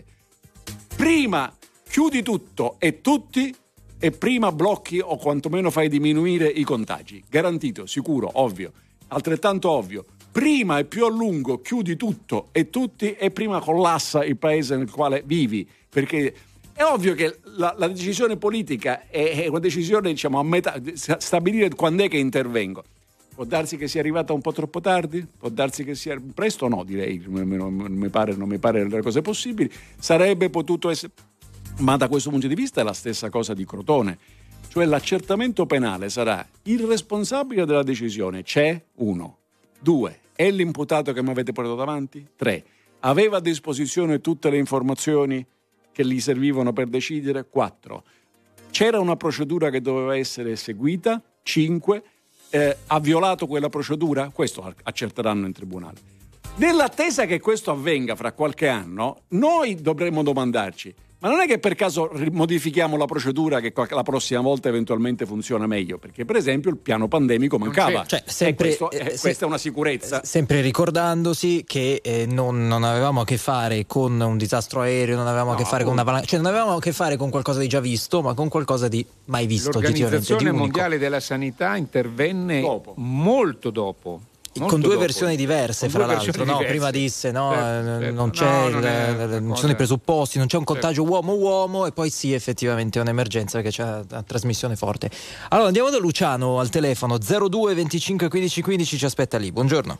prima chiudi tutto e tutti, e prima blocchi o quantomeno fai diminuire i contagi, garantito, sicuro, ovvio. Altrettanto ovvio, prima e più a lungo chiudi tutto e tutti, e prima collassa il paese nel quale vivi, perché è ovvio che la, la decisione politica è, è una decisione, diciamo, a metà, stabilire quando è che intervengo. Può darsi che sia arrivata un po' troppo tardi, può darsi che sia presto, no, direi, non, non, non mi pare, non mi pare le cose possibili. Sarebbe potuto essere, ma da questo punto di vista è la stessa cosa di Crotone, cioè l'accertamento penale sarà il responsabile della decisione, c'è uno. Due, è l'imputato che mi avete portato davanti? Tre, aveva a disposizione tutte le informazioni che gli servivano per decidere? Quattro, c'era una procedura che doveva essere seguita? Cinque, eh, ha violato quella procedura? Questo accerteranno in tribunale. Nell'attesa che questo avvenga fra qualche anno, noi dovremmo domandarci: ma non è che per caso modifichiamo la procedura che la prossima volta eventualmente funziona meglio? Perché per esempio il piano pandemico mancava, cioè, sempre, e questo, eh, se, questa è una sicurezza. Sempre ricordandosi che eh, non, non avevamo a che fare con un disastro aereo, non avevamo no, a che fare con una valanga, cioè non avevamo a che fare con qualcosa di già visto, ma con qualcosa di mai visto. L'Organizzazione Mondiale della Sanità intervenne dopo. molto dopo. Molto con due dopo. versioni diverse, con fra due l'altro, no? diverse. Prima disse no, certo, certo. non c'è, no, il, non, è non ci sono i presupposti, non c'è un contagio certo. uomo-uomo, e poi sì, effettivamente è un'emergenza perché c'è una, una trasmissione forte. Allora andiamo da Luciano al telefono zero due venticinque quindici quindici, ci aspetta lì. Buongiorno.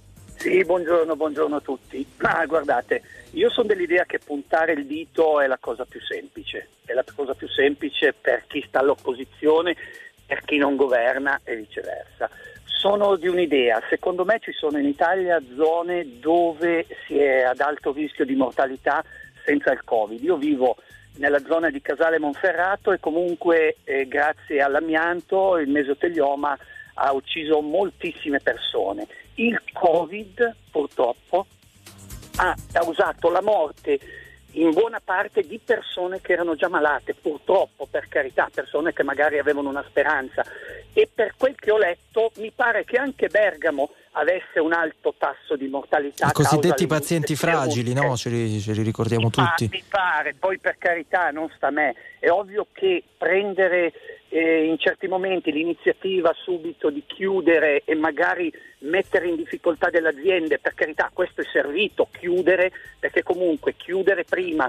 Sì, buongiorno, buongiorno a tutti. Ma guardate, io sono dell'idea che puntare il dito è la cosa più semplice, è la cosa più semplice per chi sta all'opposizione, per chi non governa e viceversa. Sono di un'idea, secondo me ci sono in Italia zone dove si è ad alto rischio di mortalità senza il Covid. Io vivo nella zona di Casale Monferrato e comunque eh, grazie all'amianto il mesotelioma ha ucciso moltissime persone. Il Covid purtroppo ha causato la morte in buona parte di persone che erano già malate, purtroppo, per carità, persone che magari avevano una speranza, e per quel che ho letto mi pare che anche Bergamo avesse un alto tasso di mortalità. I cosiddetti pazienti fragili, no? Ce li, ce li ricordiamo tutti. Ah, mi pare, poi per carità non sta a me, è ovvio che prendere eh, in certi momenti l'iniziativa subito di chiudere e magari mettere in difficoltà delle aziende, per carità questo è servito, chiudere, perché comunque chiudere prima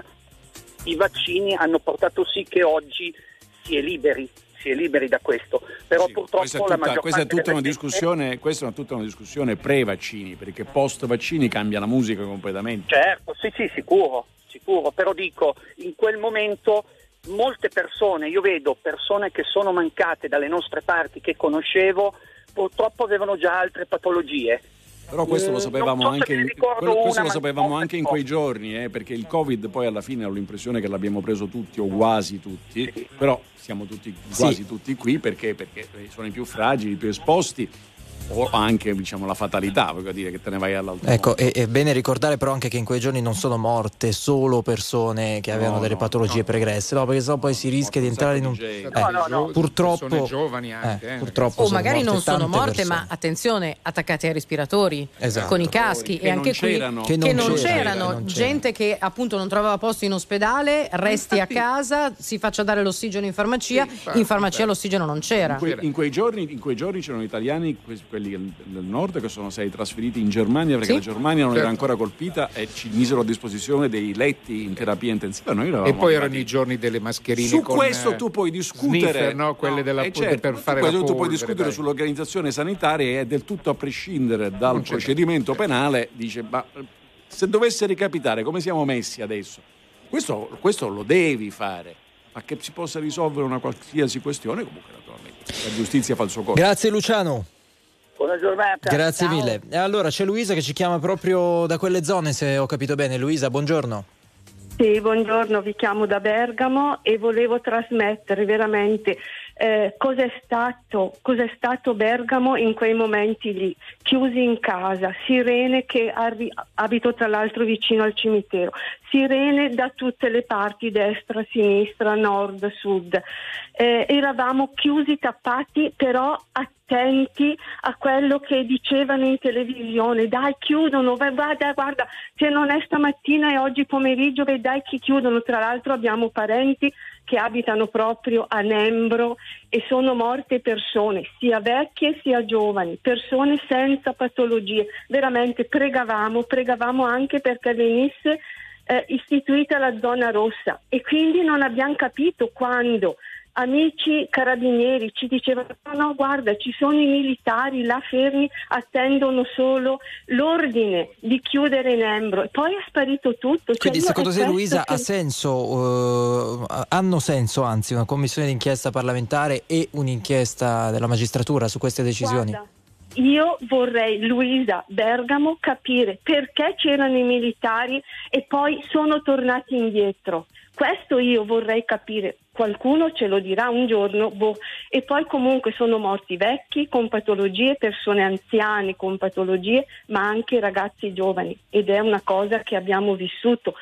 i vaccini hanno portato sì che oggi si è liberi, si è liberi da questo, però sì, purtroppo questa è tutta, la maggior questa è parte tutta una delle discussione, questa è una, tutta una discussione pre-vaccini, perché post-vaccini cambia la musica completamente. Certo, sì sì, sicuro, sicuro, però dico, in quel momento molte persone, io vedo persone che sono mancate dalle nostre parti che conoscevo, purtroppo avevano già altre patologie. Però questo lo sapevamo so anche, in, quello, questo una, lo sapevamo anche in quei giorni, eh, perché il Covid poi alla fine ho l'impressione che l'abbiamo preso tutti o quasi tutti, sì. Però siamo tutti quasi sì. tutti qui perché, perché sono i più fragili, i più esposti, o anche diciamo la fatalità, voglio dire, che te ne vai all'altro. Ecco, è, è bene ricordare però anche che in quei giorni non sono morte solo persone che avevano no, delle no, patologie no, pregresse, no, perché sennò poi si rischia di entrare in un eh, no, no, no. purtroppo sono giovani anche, eh, eh, purtroppo o magari non sono morte, persone. Ma attenzione, attaccate ai respiratori, esatto, con i caschi, che e anche qui c'erano. che non, che non c'erano, c'erano. Non gente che appunto non trovava posto in ospedale, resti Infatti, a casa, si faccia dare l'ossigeno in farmacia, sì, infatti, in farmacia infatti. L'ossigeno non c'era. In quei, in quei giorni in quei giorni c'erano italiani, quelli del nord, che sono stati trasferiti in Germania perché sì? la Germania non certo. era ancora colpita e ci misero a disposizione dei letti in terapia intensiva. Noi e poi erano i giorni delle mascherine. Su con questo tu puoi discutere, sniffer, no? Quelle no, della, certo, per fare questo la tu puoi polvere, discutere dai. Sull'organizzazione sanitaria e del tutto a prescindere dal non procedimento certo. penale. Dice, ma se dovesse ricapitare come siamo messi adesso, questo, questo lo devi fare, ma che si possa risolvere una qualsiasi questione, comunque naturalmente la giustizia fa il suo corso. Grazie Luciano. Buona giornata. Grazie Ciao. mille. E allora c'è Luisa che ci chiama proprio da quelle zone, se ho capito bene. Luisa, buongiorno. Sì, buongiorno, vi chiamo da Bergamo e volevo trasmettere veramente eh, cos'è stato, cos'è stato Bergamo in quei momenti lì, chiusi in casa, sirene, che arri- abito tra l'altro vicino al cimitero, sirene da tutte le parti, destra, sinistra, nord, sud. Eh, eravamo chiusi, tappati, però attenti a quello che dicevano in televisione. Dai, chiudono, guarda, guarda, se non è stamattina e oggi pomeriggio, dai che chiudono. Tra l'altro abbiamo parenti che abitano proprio a Nembro e sono morte persone, sia vecchie sia giovani, persone senza patologie. Veramente pregavamo, pregavamo anche perché venisse eh, istituita la zona rossa, e quindi non abbiamo capito quando amici carabinieri ci dicevano no, no guarda, ci sono i militari là fermi, attendono solo l'ordine di chiudere Nembro, e poi è sparito tutto. Quindi cioè, secondo te Luisa che... ha senso, uh, hanno senso anzi una commissione d'inchiesta parlamentare e un'inchiesta della magistratura su queste decisioni? Guarda, io vorrei, Luisa, Bergamo, capire perché c'erano i militari e poi sono tornati indietro. Questo io vorrei capire, qualcuno ce lo dirà un giorno, boh. E poi comunque sono morti vecchi con patologie, persone anziane con patologie, ma anche ragazzi giovani, ed è una cosa che abbiamo vissuto,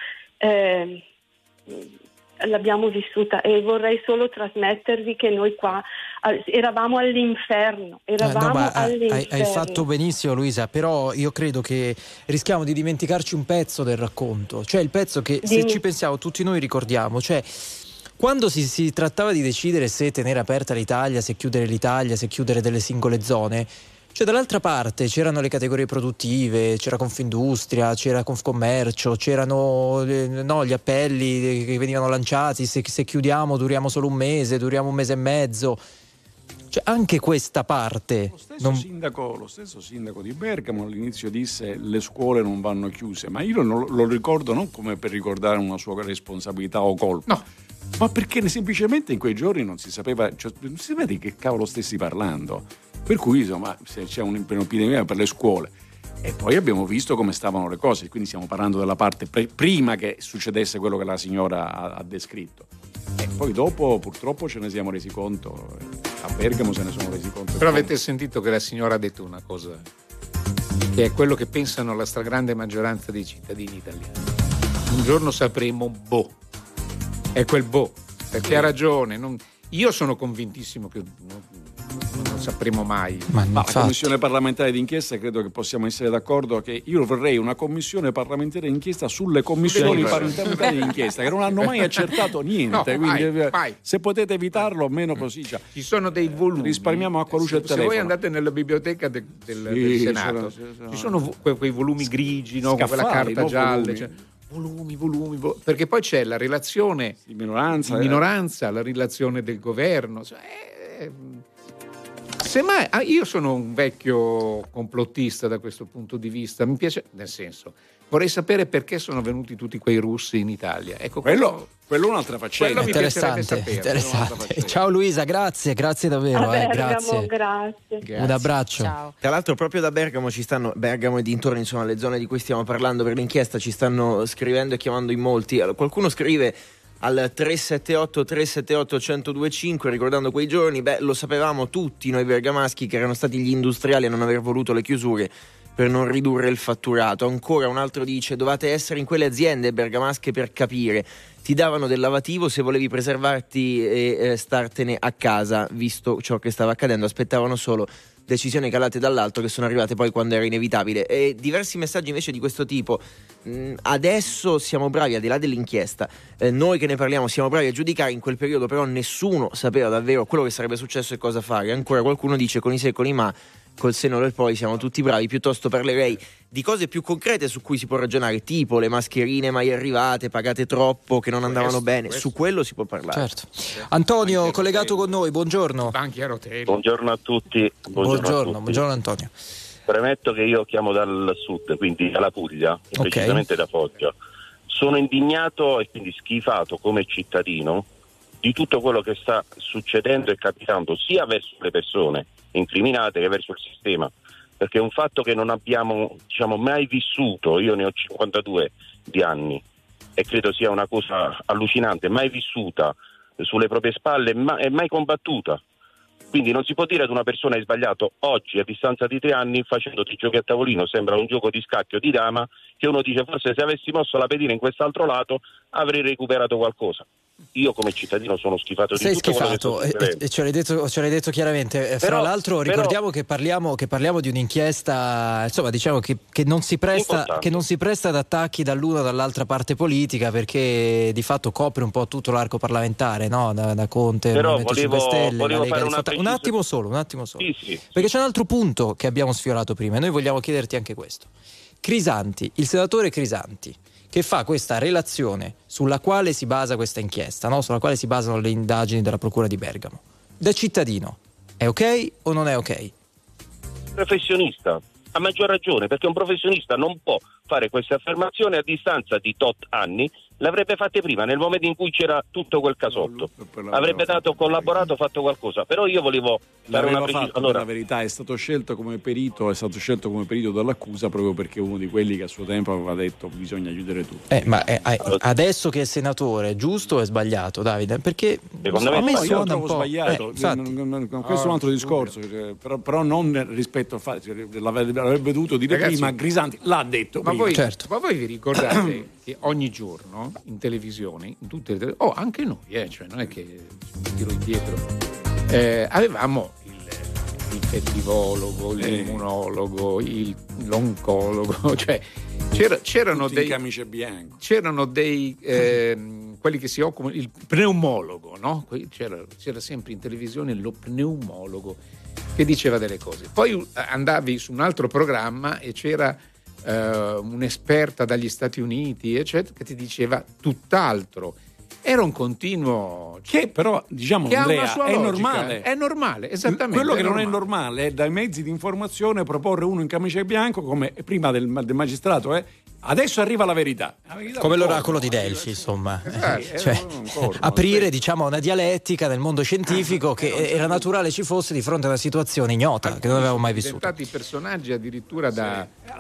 eh, l'abbiamo vissuta, e vorrei solo trasmettervi che noi qua eravamo all'inferno, eravamo eh, no, all'inferno. Hai, hai fatto benissimo Luisa, però io credo che rischiamo di dimenticarci un pezzo del racconto, cioè il pezzo che Dimmi. se ci pensiamo tutti noi ricordiamo, cioè quando si, si trattava di decidere se tenere aperta l'Italia, se chiudere l'Italia, se chiudere delle singole zone, cioè dall'altra parte c'erano le categorie produttive, c'era Confindustria, c'era Confcommercio, c'erano no, gli appelli che venivano lanciati, se, se chiudiamo duriamo solo un mese, duriamo un mese e mezzo. Cioè anche questa parte. Lo stesso, non... sindaco, lo stesso sindaco di Bergamo all'inizio disse le scuole non vanno chiuse, ma io non, lo ricordo non come per ricordare una sua responsabilità o colpa, no, ma perché semplicemente in quei giorni non si sapeva, cioè, non si sapeva di che cavolo stessi parlando, per cui insomma se c'è un'epidemia per le scuole. E poi abbiamo visto come stavano le cose, quindi stiamo parlando della parte pre- prima che succedesse quello che la signora ha, ha descritto. E poi dopo purtroppo ce ne siamo resi conto, a Bergamo se ne sono resi conto. Però avete sentito che la signora ha detto una cosa, che è quello che pensano la stragrande maggioranza dei cittadini italiani. un giorno sapremo boh. È quel boh, perché ha ragione. Non, io sono convintissimo che non, non sapremo mai. Ma la commissione parlamentare d'inchiesta, credo che possiamo essere d'accordo che io vorrei una commissione parlamentare d'inchiesta sulle commissioni parlamentari d'inchiesta che non hanno mai accertato niente. No, quindi mai, mai. Se potete evitarlo, meno così. Cioè, ci sono dei volumi. Risparmiamo acqua, luce se, e telefono. Se voi andate nella biblioteca de, del, sì, del Senato, sì, sì, ci sono vo- que- quei volumi grigi, no? Con quella carta no, gialla. volumi. Cioè, volumi, volumi, vol- perché poi c'è la relazione di minoranza, di minoranza eh. la relazione del governo. Cioè, eh, semmai, ah, io sono un vecchio complottista da questo punto di vista, mi piace, nel senso, vorrei sapere perché sono venuti tutti quei russi in Italia. Ecco, quello, quello, quello è un'altra faccenda. Quello mi interessante, sapere, interessante. Ciao Luisa, grazie, grazie davvero. A eh, Bergamo, grazie. grazie. grazie. Un abbraccio. Ciao. Tra l'altro proprio da Bergamo ci stanno, Bergamo e dintorni, insomma le zone di cui stiamo parlando per l'inchiesta, ci stanno scrivendo e chiamando in molti. Allora, qualcuno scrive al tre sette otto tre sette otto uno zero due cinque ricordando quei giorni, beh lo sapevamo tutti noi bergamaschi che erano stati gli industriali a non aver voluto le chiusure per non ridurre il fatturato. Ancora un altro dice: dovete essere in quelle aziende bergamasche per capire, ti davano del lavativo se volevi preservarti e eh, startene a casa, visto ciò che stava accadendo, aspettavano solo decisioni calate dall'alto che sono arrivate poi quando era inevitabile. E diversi messaggi invece di questo tipo: mh, adesso siamo bravi, al di là dell'inchiesta, eh, noi che ne parliamo siamo bravi a giudicare, in quel periodo però nessuno sapeva davvero quello che sarebbe successo e cosa fare. Ancora qualcuno dice: con i se e con i ma, col seno del poi siamo tutti bravi. Piuttosto parlerei di cose più concrete su cui si può ragionare, tipo le mascherine mai arrivate, pagate troppo, che non andavano questo, bene, questo. Su quello si può parlare. Certo. Antonio, Banchi collegato con noi, buongiorno. Banchi a rotelle. Buongiorno a tutti. Buongiorno, buongiorno, a tutti. buongiorno Antonio. Premetto che io chiamo dal sud, quindi dalla Puglia, Okay. precisamente da Foggia. Sono indignato e quindi schifato come cittadino di tutto quello che sta succedendo e capitando sia verso le persone incriminate che verso il sistema, perché è un fatto che non abbiamo, diciamo, mai vissuto. Io ne ho cinquantadue di anni e credo sia una cosa allucinante, mai vissuta sulle proprie spalle ma, e mai combattuta. Quindi non si può dire ad una persona hai sbagliato oggi a distanza di tre anni facendoti giochi a tavolino, sembra un gioco di scacchio di dama, che uno dice forse se avessi mosso la pedina in quest'altro lato avrei recuperato qualcosa. Io come cittadino sono schifato di Sei tutto schifato quello che sto e, e ce l'hai detto, ce l'hai detto chiaramente. Fra Però- l'altro però- ricordiamo che parliamo, che parliamo di un'inchiesta, insomma diciamo che, che, non si presta, Importante. che non si presta ad attacchi dall'una o dall'altra parte politica, perché di fatto copre un po' tutto l'arco parlamentare, no? da, da Conte, Però Movimento volevo- cinque Stelle, volevo la Lega fare di una Forza- un precisa- attimo solo, un attimo solo. Sì, sì. Perché c'è un altro punto che abbiamo sfiorato prima e noi vogliamo chiederti anche questo. Crisanti, il senatore Crisanti, che fa questa relazione sulla quale si basa questa inchiesta, no? Sulla quale si basano le indagini della Procura di Bergamo. Da cittadino, è ok o non è ok? Professionista, a maggior ragione, perché un professionista non può fare queste affermazioni a distanza di tot anni. L'avrebbe fatte prima, nel momento in cui c'era tutto quel casotto, avrebbe dato, collaborato, fatto qualcosa. Però io volevo fare L'aveva una precisa. fatto, Allora, la verità è stato scelto come perito, è stato scelto come perito dall'accusa proprio perché è uno di quelli che a suo tempo aveva detto bisogna chiudere tutto. Eh, ma eh, eh, adesso che è senatore, giusto o è sbagliato, Davide? Perché Secondo a me me No, io lo suona un trovo po'. sbagliato, Eh, infatti. non- non- non- questo è un altro discorso, cioè, però, però non rispetto al fatto, cioè, l'avrebbe l'avrebbe dovuto dire Ragazzi, prima, Grisanti l'ha detto Ma prima. voi, Certo. ma voi vi ricordate che ogni giorno in televisione, in tutte le tele- oh anche noi, eh, cioè non è che mi tiro indietro, eh, avevamo il, il fettivologo, l'immunologo, il, l'oncologo, cioè c'era, c'erano Tutti in dei camice bianco. c'erano dei ehm, quelli che si occupano, il pneumologo, no? Que- C'era, c'era sempre in televisione lo pneumologo che diceva delle cose. Poi andavi su un altro programma e c'era eh, un'esperta dagli Stati Uniti, eccetera, che ti diceva tutt'altro. Era un continuo, Che però, diciamo, che ha Andrea, una sua è logica. normale. È normale, esattamente. Quello che è non è normale. normale è dai mezzi di informazione proporre uno in camicia bianco come prima del, del magistrato, eh. Adesso arriva la verità. La verità Come un l'oracolo corno, di eh. Delfi, insomma. Esatto. Eh, cioè, un corno, aprire sì. diciamo una dialettica nel mondo scientifico che era naturale ci fosse di fronte a una situazione ignota che non avevamo mai Sono vissuto. diventati personaggi addirittura da,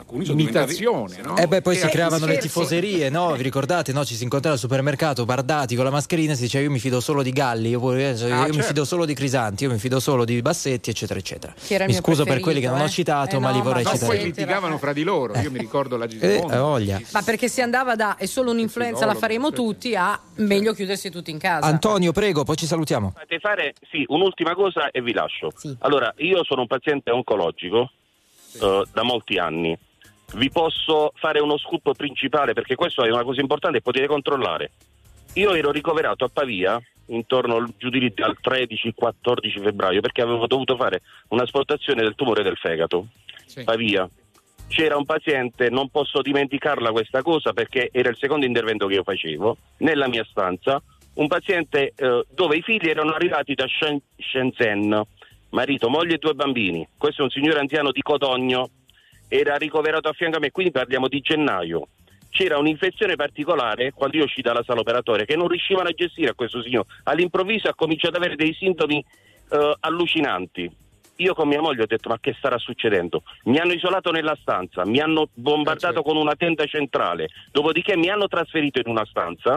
alcuni sono imitazione, no? Eh beh, poi E si anche creavano le scherzi. tifoserie, no? Vi ricordate? No? Ci si incontrava al supermercato, bardati con la mascherina, si diceva io mi fido solo di Galli, io, pure- io Ah, mi certo. fido solo di Crisanti, io mi fido solo di Bassetti, eccetera, eccetera. Che era il Mi mio scuso per preferito, quelli che non ho eh. citato, Eh ma no, li vorrei ma No, citare. poi litigavano fra di loro. Io mi ricordo la Eh, Gismondi. eh, voglia. Ma perché si andava da è solo un'influenza, la faremo tutti, a meglio chiudersi tutti in casa. Antonio, prego, poi ci salutiamo. Fate fare sì, un'ultima cosa e vi lascio. Allora, io sono un paziente oncologico eh, da molti anni. Vi posso fare uno scoop principale perché questo è una cosa importante e potete controllare. Io ero ricoverato a Pavia intorno al, giù di- al tredici quattordici febbraio perché avevo dovuto fare un'asportazione del tumore del fegato. Pavia. C'era un paziente, non posso dimenticarla questa cosa perché era il secondo intervento che io facevo, nella mia stanza, un paziente eh, dove i figli erano arrivati da Shen- Shenzhen, marito, moglie e due bambini. Questo è un signore anziano di Cotogno, era ricoverato a fianco a me, quindi parliamo di gennaio. C'era un'infezione particolare quando io uscii dalla sala operatoria che non riuscivano a gestire a questo signore. All'improvviso ha cominciato ad avere dei sintomi eh, allucinanti. Io con mia moglie ho detto ma che starà succedendo? Mi hanno isolato nella stanza, mi hanno bombardato con una tenda centrale, dopodiché mi hanno trasferito in una stanza.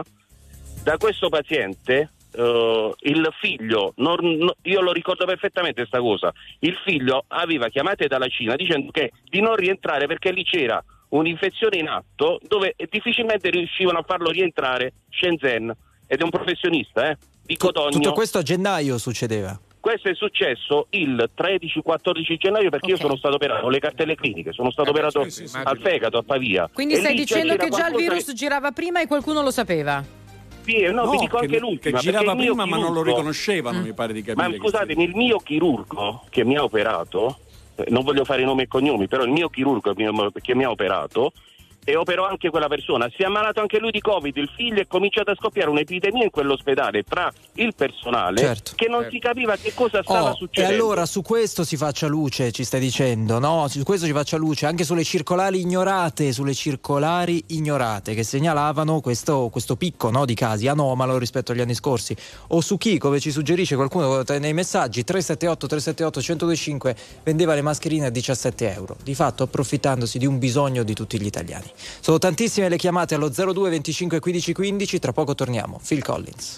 Da questo paziente uh, il figlio, non, no, io lo ricordo perfettamente sta cosa, il figlio aveva chiamate dalla Cina dicendo che di non rientrare perché lì c'era un'infezione in atto dove difficilmente riuscivano a farlo rientrare Shenzhen, ed è un professionista eh, di Cotogno. Tutto questo a gennaio succedeva. Questo è successo il tredici quattordici gennaio perché io sono stato operato, ho le cartelle cliniche, sono stato operato sì, sì, al fegato a Pavia. Quindi E stai lì dicendo c'era che già il qualcosa virus girava prima e qualcuno lo sapeva? Sì, no, No, vi dico che- anche l'ultima. che girava perché il mio prima, ma non lo chirurgo- riconoscevano, mi pare di capire. Ma che scusatemi, il mio chirurgo che mi ha operato, eh, non voglio fare nomi e cognomi, però il mio chirurgo che mi- che mi ha operato e operò anche quella persona, si è ammalato anche lui di Covid, il figlio, è cominciata a scoppiare un'epidemia in quell'ospedale tra il personale Certo. che non si capiva che cosa stava Oh, e succedendo. allora su questo si faccia luce, ci stai dicendo, no? Su questo si faccia luce anche sulle circolari ignorate, sulle circolari ignorate che segnalavano questo, questo picco, no, di casi anomalo rispetto agli anni scorsi. O su chi, come ci suggerisce qualcuno nei messaggi, tre sette otto tre sette otto uno zero due cinque vendeva le mascherine a diciassette euro, di fatto approfittandosi di un bisogno di tutti gli italiani. Sono tantissime le chiamate allo zero due venticinque quindici quindici, tra poco torniamo. Phil Collins.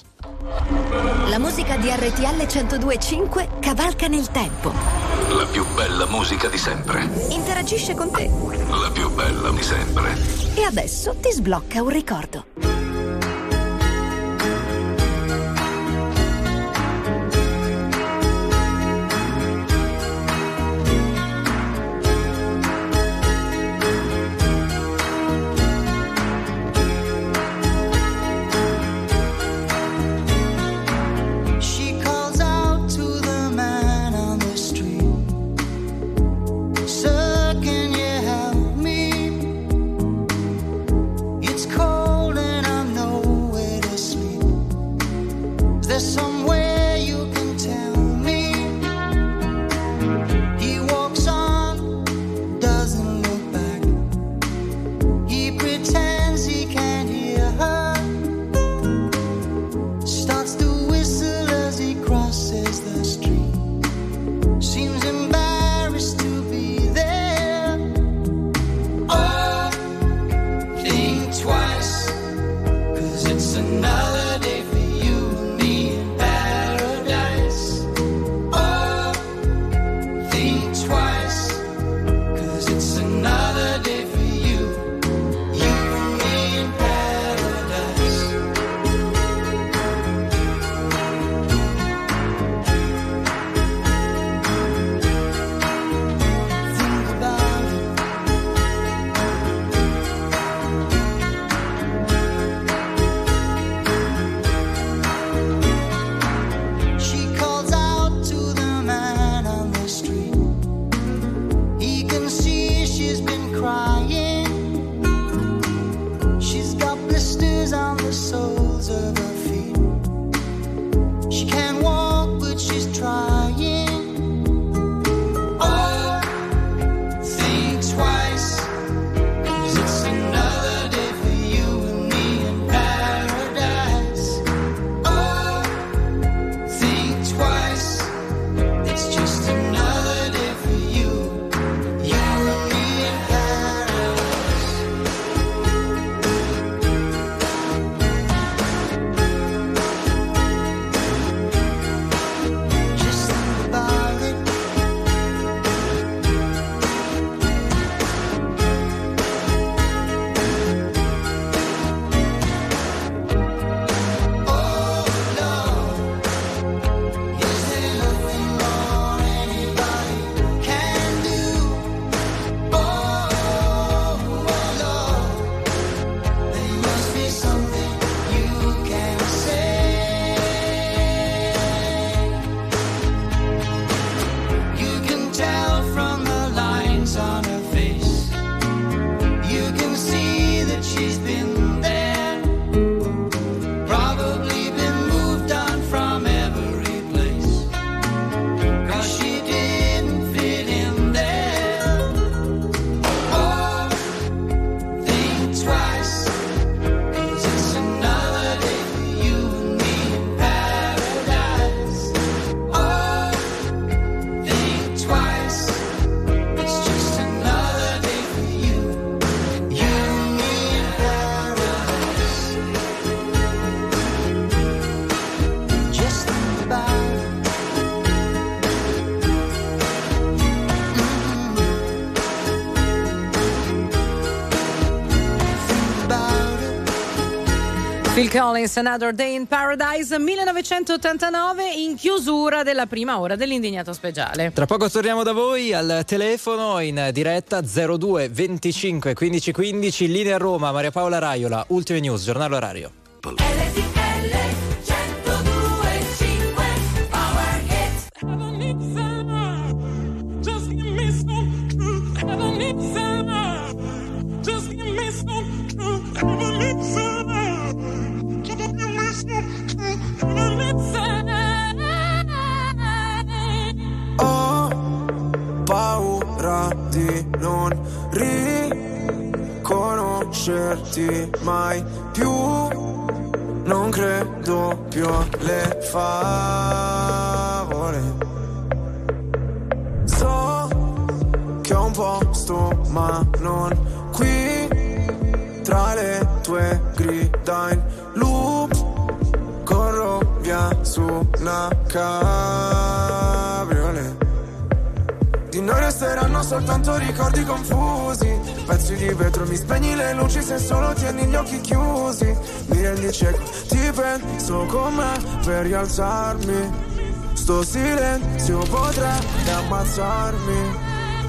La musica di R T L centodue e cinque cavalca nel tempo. La più bella musica di sempre. Interagisce con te. La più bella di sempre. E adesso ti sblocca un ricordo. She calls out to the man on the street. Sir, can you help me? It's cold and I'm nowhere to sleep. Is there somewhere you can tell me? He walks on, doesn't look back. He pretends he can't hear her. Starts to whistle as he crosses the street. Seems embarrassed to be there. Oh, think twice, 'cause it's another day for you and me in paradise. Oh, think twice, 'cause it's another day for you, you and me in paradise. Think about it. She calls out to the man on the street. He can see she's been crying. She's got blisters on the soles of her feet. She can't walk, but she's trying. Oh, think twice, 'cause it's another day for you and me in paradise. Oh, think twice, it's just another day for you, you and me in paradise. Phil Collins, Another Day in Paradise, millenovecentottantanove, in chiusura della prima ora dell'Indignato Speciale. Tra poco torniamo da voi al telefono in diretta zero due venticinque quindici quindici, linea Roma, Maria Paola Raiola, ultime news, giornale orario. Ho paura di non riconoscerti mai più, non credo più alle favole. So che ho un posto ma non qui, tra le tue grida in loop, corro via su una cabriolet. Di noi resteranno soltanto ricordi confusi, pezzi di vetro, mi spegni le luci se solo tieni gli occhi chiusi. Mi rendi cieco, ti penso con me per rialzarmi, sto silenzio potrebbe ammazzarmi.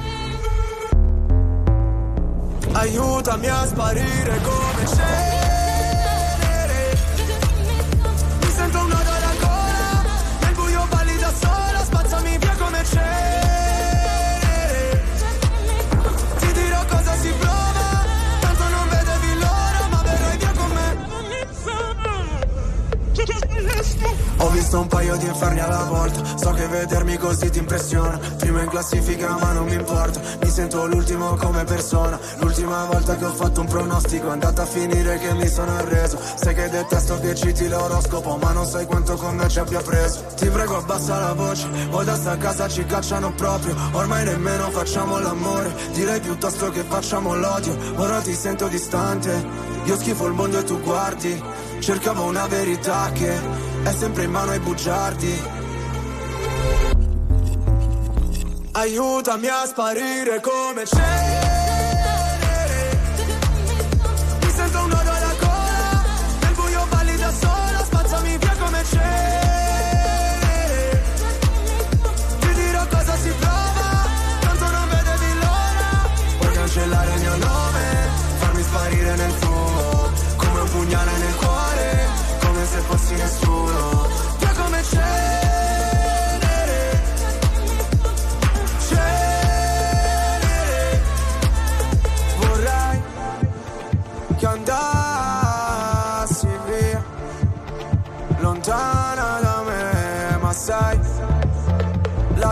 Aiutami a sparire come cenere, mi sento un nodo alla gola, nel buio balli da sola, spazzami via come cenere. Ti dirò cosa si prova, tanto non vedevi l'ora, ma verrai via con me. Ho visto un paio di inferni alla volta, so che vedermi così ti impressiona. Prima in classifica ma non mi importa, mi sento l'ultimo come persona. L'ultima volta che ho fatto un pronostico è andata a finire che mi sono arreso. Sai che detesto che citi l'oroscopo, ma non sai quanto con me ci abbia preso. Ti prego abbassa la voce, o da sta casa ci cacciano proprio. Ormai nemmeno facciamo l'amore, direi piuttosto che facciamo l'odio. Ora ti sento distante, io schifo il mondo e tu guardi. Cercavo una verità che è sempre in mano ai bugiardi. Aiutami a sparire come cenere, mi sento un nodo alla gola, nel buio balli da sola, spazzami via come cenere. Ti dirò cosa si prova, tanto non vedevi l'ora. Puoi cancellare il mio nome, farmi sparire nel fuoco, come un pugnale nel cuore, come se fossi nessuno. Via come cenere. Che andassi via, lontana da me, ma sai, la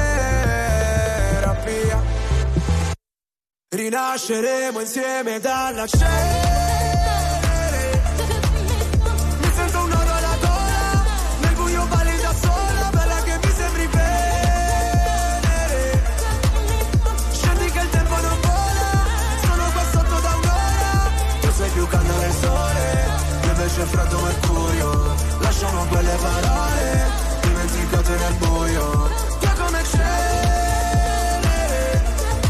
terapia. Rinasceremo insieme dalla cenere. Mi sento un nodo alla gola, nel buio balli da sola, bella che mi sembri venere. Scendi che il tempo non vola, sono qua sotto da un'ora. Sei più caldo del sole, io invece freddo mercurio. Lasciamo quelle parole dimenticate nel buio. Via come cenere,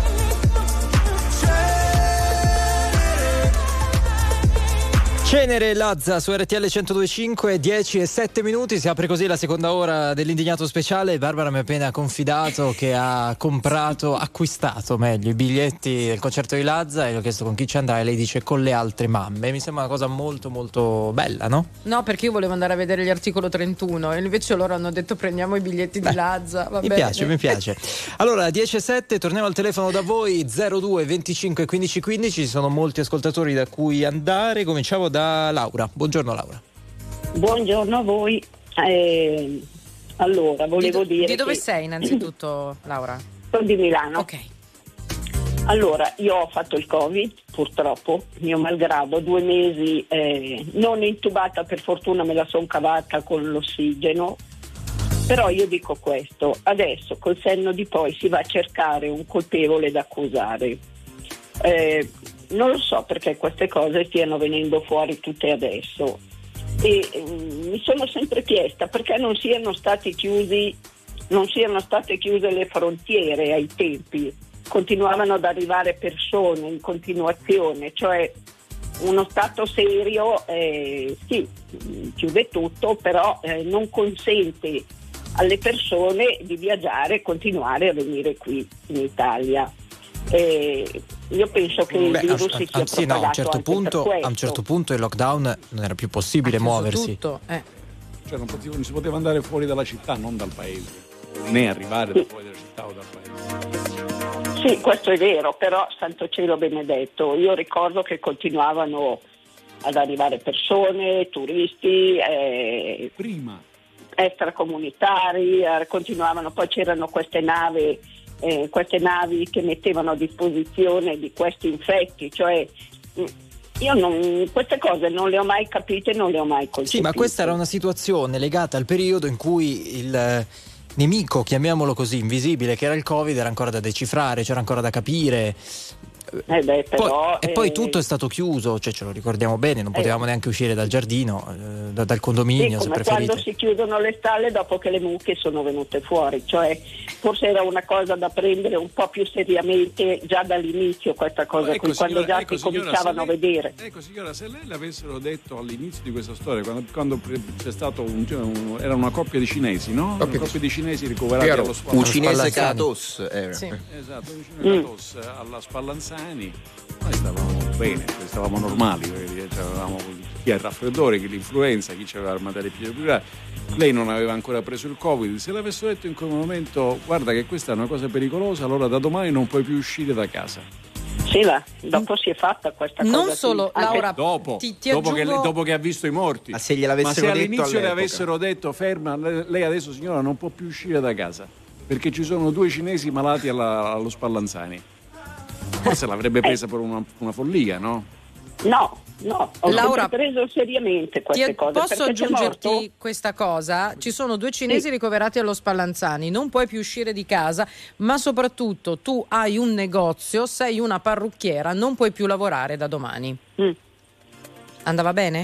cenere. Cenere Lazza su R T L centodue e cinque, dieci e sette minuti, si apre così la seconda ora dell'Indignato Speciale. Barbara mi ha appena confidato che ha comprato, acquistato meglio, i biglietti del concerto di Lazza e gli ho chiesto con chi ci andrà e lei dice con le altre mamme. Mi sembra una cosa molto molto bella, no? No, perché io volevo andare a vedere gli articolo trentuno e invece loro hanno detto prendiamo i biglietti Beh, di Lazza. Va mi bene. piace, mi piace. Allora, dieci e sette, torniamo al telefono da voi, zero due venticinque quindici quindici, ci sono molti ascoltatori da cui andare. Cominciamo da Laura. Buongiorno Laura. Buongiorno a voi. Eh, allora, volevo di do, dire Di dove che... sei innanzitutto, Laura? Sono di Milano. Ok. Allora, io ho fatto il Covid, purtroppo, mio malgrado, due mesi eh, non intubata, per fortuna me la son cavata con l'ossigeno. Però io dico questo, adesso col senno di poi si va a cercare un colpevole da accusare. Eh, non lo so perché queste cose stiano venendo fuori tutte adesso e um, mi sono sempre chiesta perché non siano stati chiusi, non siano state chiuse le frontiere ai tempi, continuavano ad arrivare persone in continuazione, cioè uno Stato serio eh, sì, chiude tutto, però eh, non consente alle persone di viaggiare e continuare a venire qui in Italia. Eh, io penso che il Beh, virus a, si sia a, sì, no, a, un certo anche punto, per a un certo punto il lockdown non era più possibile Ha chiuso muoversi. tutto, eh. Cioè non, potevo, non si poteva andare fuori dalla città, non dal paese, né arrivare da fuori dalla città o dal paese. Sì, questo è vero, però santo cielo benedetto, io ricordo che continuavano ad arrivare persone, turisti, eh, prima extracomunitari, eh, continuavano, poi c'erano queste navi, eh, queste navi che mettevano a disposizione di questi infetti, cioè mh, io non, queste cose non le ho mai capite, non le ho mai concepite. Sì, ma questa era una situazione legata al periodo in cui il eh, nemico, chiamiamolo così, invisibile, che era il Covid, era ancora da decifrare, c'era ancora da capire. Eh beh, però, poi, e poi eh, tutto è stato chiuso, cioè ce lo ricordiamo bene, non potevamo eh, neanche uscire dal giardino, eh, da, dal condominio, sì, se come preferite. quando si chiudono le stalle dopo che le mucche sono venute fuori, cioè forse era una cosa da prendere un po' più seriamente già dall'inizio, questa cosa ecco, qui, signora, quando già ecco, si signora, cominciavano lei, a vedere. Ecco signora, se lei l'avessero detto all'inizio di questa storia, quando, quando c'è stato un, un, era una coppia di cinesi, no? Coppia una coppia di cinesi ricoverati Chiaro, allo Spallanzani. un cinese che ha tosse era. Sì. Esatto, un cinese che ha tosse alla Spallanzani. Noi stavamo bene, stavamo normali, cioè, avevamo chi ha il raffreddore, chi l'influenza, chi aveva il materia più grave. Lei non aveva ancora preso il Covid, se l'avessero detto in quel momento guarda che questa è una cosa pericolosa, allora da domani non puoi più uscire da casa. Sì, là, dopo si è fatta questa cosa. Non solo, qui. Laura, dopo, ti, ti dopo, aggiungo... che, dopo che ha visto i morti. Ma se gliel'avessero Ma se detto all'inizio le all'epoca. avessero detto ferma, lei adesso signora non può più uscire da casa perché ci sono due cinesi malati alla, allo Spallanzani. Forse l'avrebbe presa per una, una follia, no? No, no, ho Laura, sempre preso seriamente queste ti, cose. posso perché c'è aggiungerti morto? questa cosa? Ci sono due cinesi Sì. ricoverati allo Spallanzani, non puoi più uscire di casa, ma soprattutto tu hai un negozio, sei una parrucchiera, non puoi più lavorare da domani. Mm. Andava bene?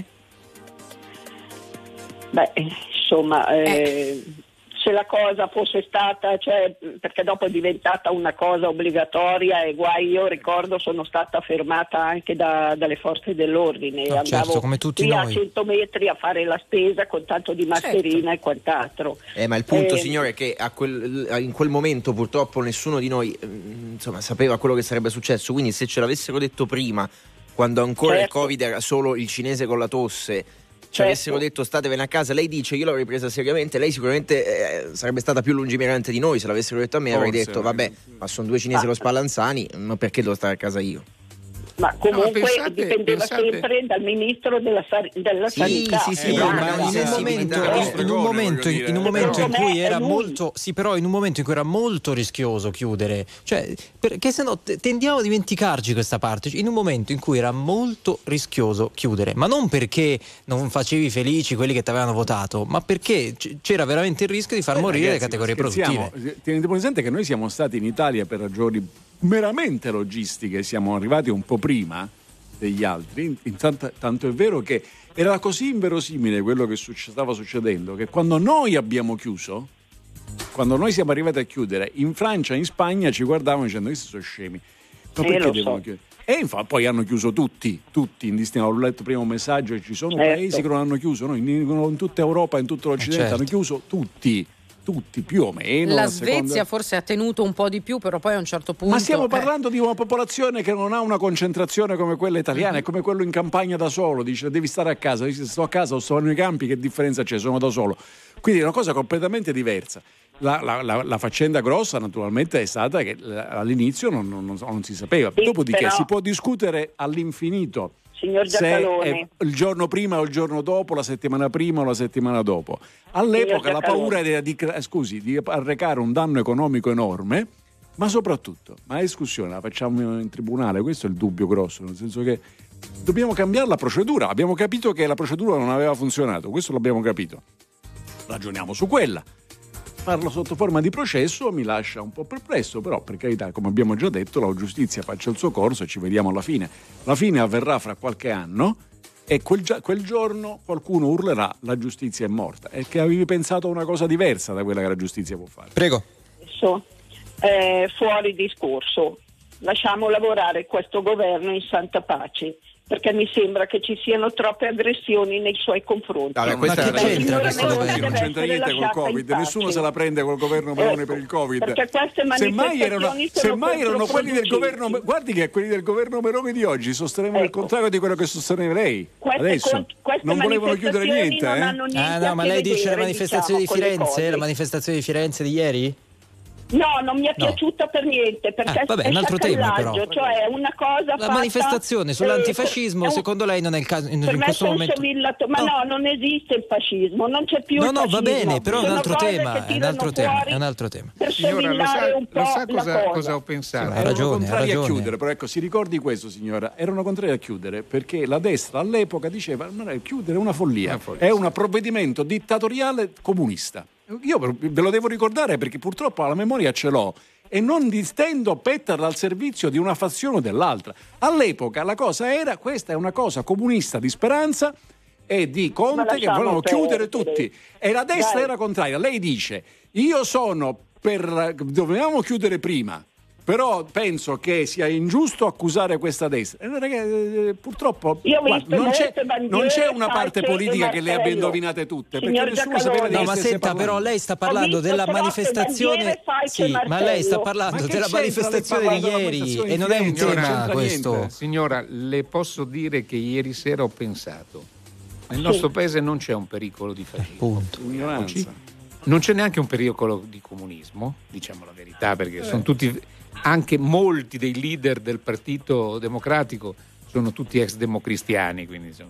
Beh, insomma, eh, eh. se la cosa fosse stata, cioè, perché dopo è diventata una cosa obbligatoria e guai, io ricordo sono stata fermata anche da, dalle forze dell'ordine, No, andavo certo, come tutti qui a noi. cento metri a fare la spesa con tanto di mascherina e quant'altro. Eh, ma il punto, Eh, signore, è che a quel, in quel momento purtroppo nessuno di noi eh, insomma, sapeva quello che sarebbe successo, quindi se ce l'avessero detto prima, quando ancora Certo. il Covid era solo il cinese con la tosse, ci Certo. avessero detto statevene a casa, lei dice io l'avrei presa seriamente, lei sicuramente eh, sarebbe stata più lungimirante di noi, se l'avessero detto a me avrei Forse, detto vabbè, ma sono due cinesi Ma- allo Spallanzani, ma perché devo stare a casa io? Ma comunque No, pensate- dipendeva pensate- sempre dal ministro della, sar- della Sì, sanità. sì, sì, Eh, no, ma ma in un sensibilità, momento, eh, in un voglio momento, dire. in un momento in Secondo cui me era è lui. molto, sì, però in un momento in cui era molto rischioso chiudere, cioè, perché se no t- tendiamo a dimenticarci questa parte. In un momento in cui era molto rischioso chiudere, ma non perché non facevi felici quelli che ti avevano votato, ma perché c- c'era veramente il rischio di far Eh, morire ragazzi, le categorie scherziamo. produttive. Tenete presente che noi siamo stati in Italia per ragioni meramente logistiche, siamo arrivati un po' prima degli altri, intanto, tanto è vero che era così inverosimile quello che succe- stava succedendo che quando noi abbiamo chiuso, quando noi siamo arrivati a chiudere, in Francia e in Spagna ci guardavano dicendo questi sono scemi, ma Sì, perché lo devono so. chiudere? E infatti poi hanno chiuso tutti, tutti indistintamente. Ho letto prima un messaggio, ci sono Certo. paesi che non hanno chiuso, no? in, in tutta Europa, in tutto l'Occidente certo. hanno chiuso tutti, tutti più o meno. La a seconda- Svezia forse ha tenuto un po' di più, però poi a un certo punto... Ma stiamo eh, parlando di una popolazione che non ha una concentrazione come quella italiana, è come quello in campagna da solo, dice devi stare a casa, dice sto a casa o sto nei campi, che differenza c'è, sono da solo. Quindi è una cosa completamente diversa. La, la, la, la faccenda grossa naturalmente è stata che all'inizio non, non, non, non si sapeva, Sì, dopodiché però- si può discutere all'infinito. Signor Se Giacalone. è il giorno prima o il giorno dopo, la settimana prima o la settimana dopo. All'epoca Signor la Giacalone. paura era di, cre- scusi, di arrecare un danno economico enorme, ma soprattutto, ma la discussione la facciamo in tribunale, questo è il dubbio grosso, nel senso che dobbiamo cambiare la procedura. Abbiamo capito che la procedura non aveva funzionato, questo l'abbiamo capito. Ragioniamo su quella. Farlo sotto forma di processo mi lascia un po' perplesso, però per carità, come abbiamo già detto, la giustizia faccia il suo corso e ci vediamo alla fine. La fine avverrà fra qualche anno e quel, gia- quel giorno qualcuno urlerà la giustizia è morta. E che avevi pensato a una cosa diversa da quella che la giustizia può fare. Prego. Adesso, eh, fuori discorso. Lasciamo lavorare questo governo in santa pace. perché mi sembra che ci siano troppe aggressioni nei suoi confronti. Vabbè, questa ma è che c'entra questo non c'entra niente col Covid, nessuno se la prende col governo Meloni ecco, per il Covid. Perché queste semmai erano, semmai erano quelli del governo, guardi che quelli del governo Meloni di oggi sostenevano ecco. il contrario di quello che sosteneva lei. Queste, adesso non volevano chiudere niente, non eh? hanno niente Ah no, ma lei dice la manifestazione diciamo, di Firenze, la manifestazione di Firenze di ieri? No, non mi è no. piaciuta per niente, perché ah, vabbè, è un altro tema però. Cioè una cosa la fatta, manifestazione sull'antifascismo, eh, secondo lei non è il caso in, per in me questo momento? Villato, ma no. no, non esiste il fascismo, non c'è più no, il no, fascismo. va bene, però è un altro tema, è un altro tema, è un altro tema. Per signora, lo sa, un po' lo sa cosa, cosa. cosa ho pensato? Sì, ha ragione, erano contrari ha ragione. a chiudere, però ecco, si ricordi questo, signora, erano contrari a chiudere perché la destra all'epoca diceva non è chiudere è una follia, una follia. È un provvedimento dittatoriale comunista. Io ve lo devo ricordare perché purtroppo la memoria ce l'ho e non distendo Pettar dal servizio di una fazione o dell'altra. All'epoca la cosa era, questa è una cosa comunista di Speranza e di Conte che volevano chiudere tutti e la destra Dai. era contraria. Lei dice io sono per, dovevamo chiudere prima, però penso che sia ingiusto accusare questa destra. Eh, purtroppo guarda, non, c'è, non c'è una parte politica che le abbia indovinate tutte, perché Signor nessuno sapeva di no, che ma stesse senta, parlando. però lei sta parlando della manifestazione sì, ma lei sta parlando della manifestazione di ieri e non è un tema questo. Niente. Signora, le posso dire che ieri sera ho pensato nel nostro paese non c'è un pericolo di fascismo. Punto. Non c'è neanche un pericolo di comunismo, diciamo la verità, perché eh. sono tutti, anche molti dei leader del Partito Democratico sono tutti ex democristiani, quindi insomma.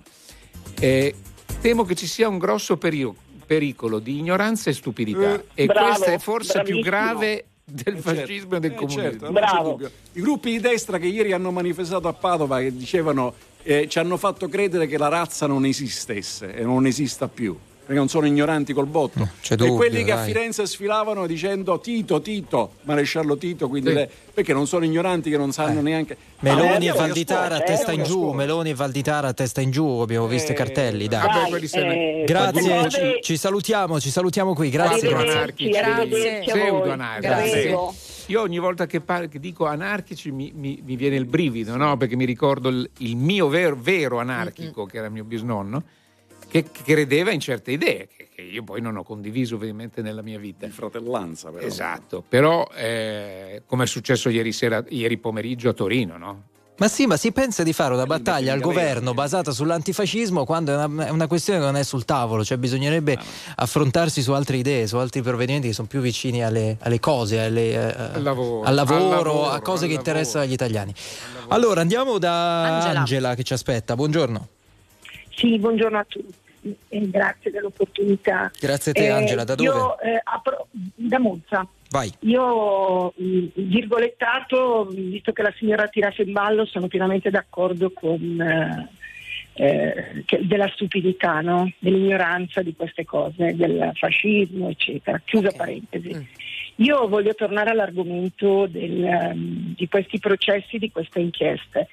Eh, temo che ci sia un grosso perio, pericolo di ignoranza e stupidità eh, e bravo, questa è forse bravissimo. più grave del eh fascismo certo, e del eh comunismo. Certo, bravo. I gruppi di destra che ieri hanno manifestato a Padova che dicevano eh, ci hanno fatto credere che la razza non esistesse e non esista più, perché non sono ignoranti col botto. C'è e dubbio, quelli che dai. a Firenze sfilavano dicendo Tito, Tito, maresciallo Tito, quindi sì. le, perché non sono ignoranti che non sanno eh. neanche. Meloni eh, e Valditara a testa in giù, Meloni e Valditara a testa in giù, abbiamo visto i cartelli, dai. Dai, eh, grazie, cose... ci, ci salutiamo, ci salutiamo qui, grazie. Anarchici, grazie. pseudo-anarchici. Io ogni volta che, par- che dico anarchici mi, mi, mi viene il brivido, no? Perché mi ricordo il, il mio vero, vero anarchico, mm-hmm. che era mio bisnonno, che, che credeva in certe idee, che, che io poi non ho condiviso ovviamente nella mia vita. Di fratellanza, però. Esatto, però eh, come è successo ieri sera, ieri pomeriggio a Torino, no? Ma sì, ma si pensa di fare una battaglia al governo basata sull'antifascismo quando è una, è una questione che non è sul tavolo, cioè bisognerebbe ah, affrontarsi su altre idee, su altri provvedimenti che sono più vicini alle, alle cose, alle, eh, al, lavoro, al, lavoro, al lavoro, a cose al che lavoro. interessano agli italiani. Allora andiamo da Angela. Angela che ci aspetta, buongiorno. Sì, buongiorno a tutti e grazie dell'opportunità. Grazie a te eh, Angela, da dove? Io, eh, apro, da Monza. Vai. Io, mh, virgolettato, visto che la signora ha tirato in ballo, sono pienamente d'accordo con eh, eh, che, della stupidità, no? Dell'ignoranza di queste cose, del fascismo, eccetera. Chiusa okay. parentesi. Mm. Io voglio tornare all'argomento del, um, di questi processi, di queste inchieste.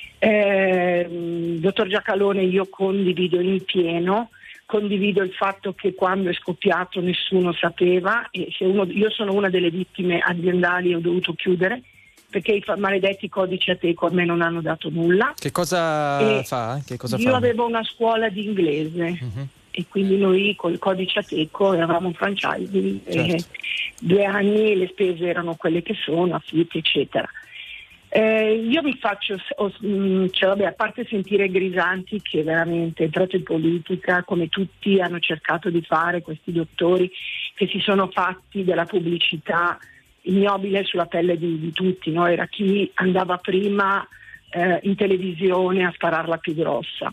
Eh, dottor Giacalone, io condivido in pieno. Condivido il fatto che quando è scoppiato nessuno sapeva e se uno, io sono una delle vittime aziendali e ho dovuto chiudere perché i maledetti codici Ateco a me non hanno dato nulla. Che cosa e fa? Che cosa io fa? avevo una scuola di inglese uh-huh. e quindi noi col codice Ateco eravamo un franchising certo. e due anni le spese erano quelle che sono, affitti eccetera. Eh, io mi faccio, oh, cioè, vabbè, a parte sentire Grisanti che veramente è entrato in politica come tutti hanno cercato di fare questi dottori che si sono fatti della pubblicità ignobile sulla pelle di, di tutti, no? Era chi andava prima eh, in televisione a spararla più grossa.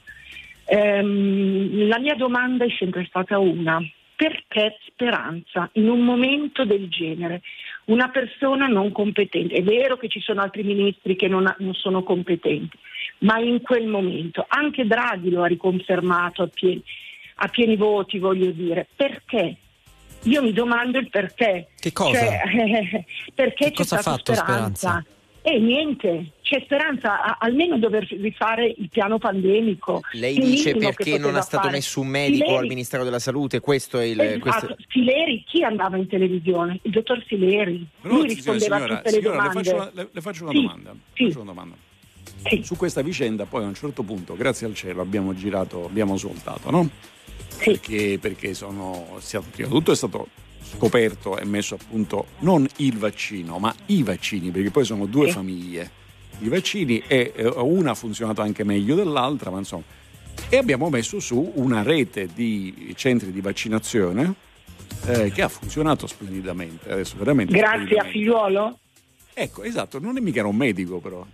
Ehm, la mia domanda è sempre stata una: perché Speranza in un momento del genere? Una persona non competente, è vero che ci sono altri ministri che non, ha, non sono competenti, ma in quel momento anche Draghi lo ha riconfermato a pieni, a pieni voti, voglio dire, perché? Io mi domando il perché. Che cosa? Cioè, eh, perché che c'è cosa stata ha fatto Speranza? Speranza? E eh, niente, c'è Speranza a, almeno dover rifare il piano pandemico. Lei il dice minimo perché non è stato fare. messo un medico Sileri, al Ministero della Salute, questo è il... esatto. questo... Sileri, chi andava in televisione? Il dottor Sileri. Però, lui rispondeva signora, a tutte signora, le domande. le faccio una, le, le faccio una sì, domanda. Sì. Faccio una domanda. Sì. Su questa vicenda poi a un certo punto, grazie al cielo, abbiamo girato, abbiamo svoltato, no? Sì. Perché, perché sono, prima di tutto è stato scoperto e messo a punto non il vaccino, ma i vaccini, perché poi sono due sì. famiglie di vaccini e una ha funzionato anche meglio dell'altra, ma insomma. E abbiamo messo su una rete di centri di vaccinazione eh, che ha funzionato splendidamente. Adesso veramente grazie a Figliuolo? Ecco, esatto, non è mica un medico però.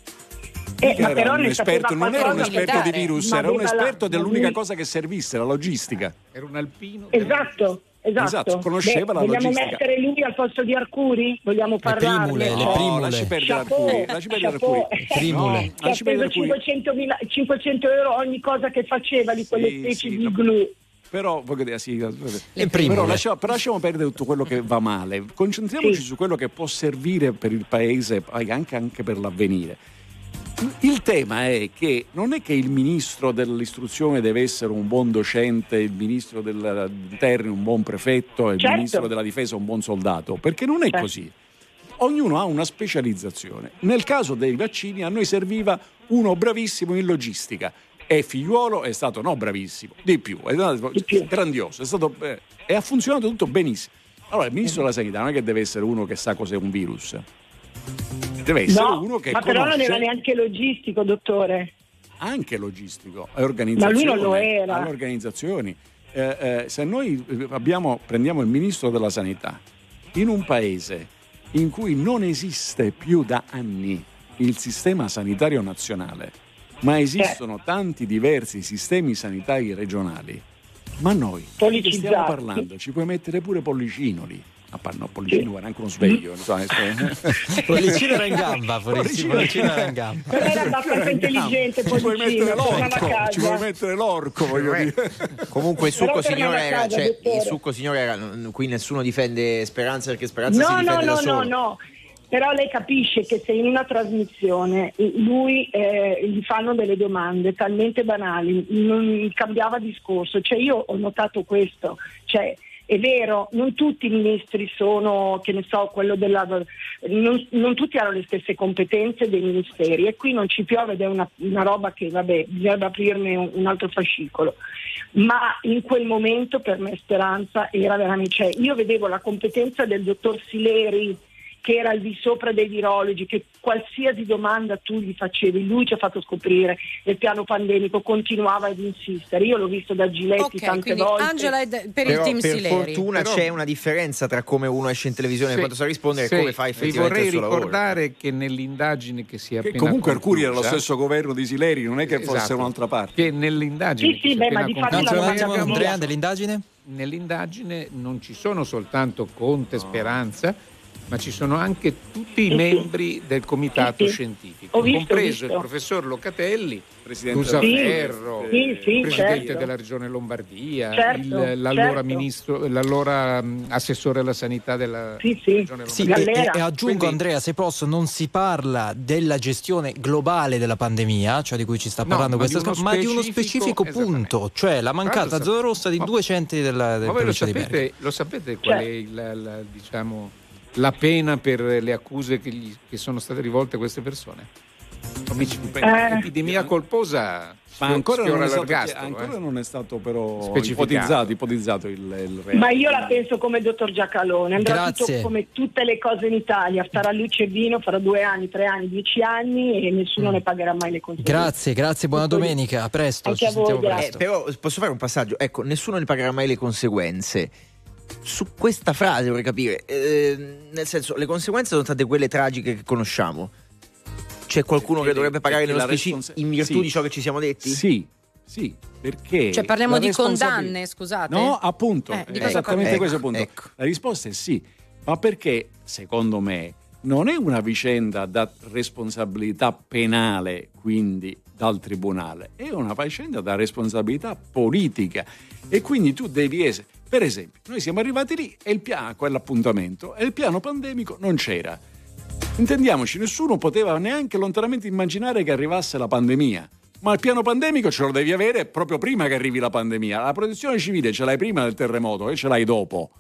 Eh, ma era però un esperto, non era un esperto militare, di virus, era un esperto la... dell'unica cosa che servisse, la logistica. Era un alpino. Esatto. Esatto. esatto, conosceva Beh, la vogliamo logistica. Vogliamo mettere lui al posto di Arcuri? Vogliamo parlarne? Le primule, no, le primule. lasci perdere Arcuri, lasci perdere chapeau. Arcuri. Primule. No, Che ha lasci perdere speso Arcuri. cinquecento euro ogni cosa che faceva di quelle Sì, specie sì, di no. glue. Però, sì, Le però, lasciamo, però lasciamo perdere tutto quello che va male, concentriamoci sì. su quello che può servire per il paese, anche, anche per l'avvenire. Il tema è che non è che il ministro dell'istruzione deve essere un buon docente, il ministro dell'interno un buon prefetto e il certo. ministro della difesa un buon soldato, perché non è certo. così. Ognuno ha una specializzazione. Nel caso dei vaccini a noi serviva uno bravissimo in logistica e Figliuolo è stato no bravissimo, di più, è stato di più. grandioso, è stato, eh, e ha funzionato tutto benissimo. Allora il ministro della sanità non è che deve essere uno che sa cos'è un virus. Deve essere no, uno che ma conosce... però non era neanche logistico, dottore. Anche logistico, è organizzazione. Ma lui non lo era. Alle organizzazioni. Eh, eh, se noi abbiamo, prendiamo il ministro della sanità in un paese in cui non esiste più da anni il sistema sanitario nazionale, ma esistono eh. tanti diversi sistemi sanitari regionali, ma noi che stiamo parlando? Ci puoi mettere pure Pollicino lì. Ah, no, Pollicino era anche uno sveglio, non so, Pollicino era in gamba, Pollicino, Pollicino era in gamba. Però era abbastanza intelligente, ci puoi mettere l'orco, casa. ci puoi mettere l'orco, voglio dire. Comunque il succo signore era, casa, cioè, il succo signore era, qui nessuno difende Speranza perché Speranza no, si difende no, da no, solo. No, no, no. Però lei capisce che se in una trasmissione lui eh, gli fanno delle domande talmente banali, non cambiava discorso, cioè io ho notato questo, cioè è vero, non tutti i ministri sono, che ne so, quello della non, non tutti hanno le stesse competenze dei ministeri e qui non ci piove ed è una, una roba che vabbè, bisogna aprirne un, un altro fascicolo. Ma in quel momento per me Speranza era veramente, cioè io vedevo la competenza del dottor Sileri che era al di sopra dei virologi, che qualsiasi domanda tu gli facevi, lui ci ha fatto scoprire il piano pandemico, continuava ad insistere. Io l'ho visto da Giletti okay, tante volte. Angela è per però, il team per Sileri. Per fortuna però, c'è una differenza tra come uno esce in televisione sì, e quanto sa rispondere sì, e come fa effettivamente il suo lavoro. Vorrei ricordare che nell'indagine che si è che appena comunque conclusa, Arcuri era lo stesso governo di Sileri, non è che esatto, fosse un'altra parte. Che nell'indagine sì, sì, beh, ma di fatto un attimo, Andrea, dell'indagine? Nell'indagine non ci sono soltanto Conte e Speranza, ma ci sono anche tutti i membri del comitato sì, sì. scientifico, visto, compreso visto. il professor Locatelli, Presidente Lusaferro, sì, sì, presidente certo. della regione Lombardia, certo, il, l'allora certo. ministro, l'allora um, assessore alla sanità della sì, sì. regione sì, Lombardia. e, e aggiungo, Quindi, Andrea, se posso, non si parla della gestione globale della pandemia, cioè di cui ci sta parlando no, questa sc- ma di uno specifico punto, cioè la mancata zona rossa di ma, due centri della, del ma voi lo sapete, di Bergamo. lo sapete qual è il, la, diciamo la pena per le accuse che, gli, che sono state rivolte a queste persone? Amici, eh, epidemia colposa, ma ancora, non è, stato, ancora eh. non è stato però ipotizzato, ipotizzato il, il reato. Ma io la penso come il dottor Giacalone, andrà Grazie. tutto come tutte le cose in Italia, starà luce e vino, farà due anni, tre anni, dieci anni e nessuno mm. ne pagherà mai le conseguenze. Grazie, grazie, buona domenica, a presto, Anche ci a voi, sentiamo grazie. presto. Eh, però posso fare un passaggio? Ecco, nessuno ne pagherà mai le conseguenze. Su questa frase vorrei capire, eh, nel senso, le conseguenze sono state quelle tragiche che conosciamo. C'è qualcuno perché che dovrebbe pagare nello specifico responsa- in virtù sì. di ciò che ci siamo detti? Sì, sì, perché cioè parliamo di responsabil- condanne, scusate. No, appunto, eh, è esattamente ecco, questo il punto. Ecco. La risposta è sì, ma perché secondo me non è una vicenda da responsabilità penale, quindi dal tribunale, è una vicenda da responsabilità politica e quindi tu devi essere, per esempio, noi siamo arrivati lì e il piano, quell'appuntamento, e il piano pandemico non c'era. Intendiamoci, nessuno poteva neanche lontanamente immaginare che arrivasse la pandemia, ma il piano pandemico ce lo devi avere proprio prima che arrivi la pandemia. La protezione civile ce l'hai prima del terremoto e ce l'hai dopo.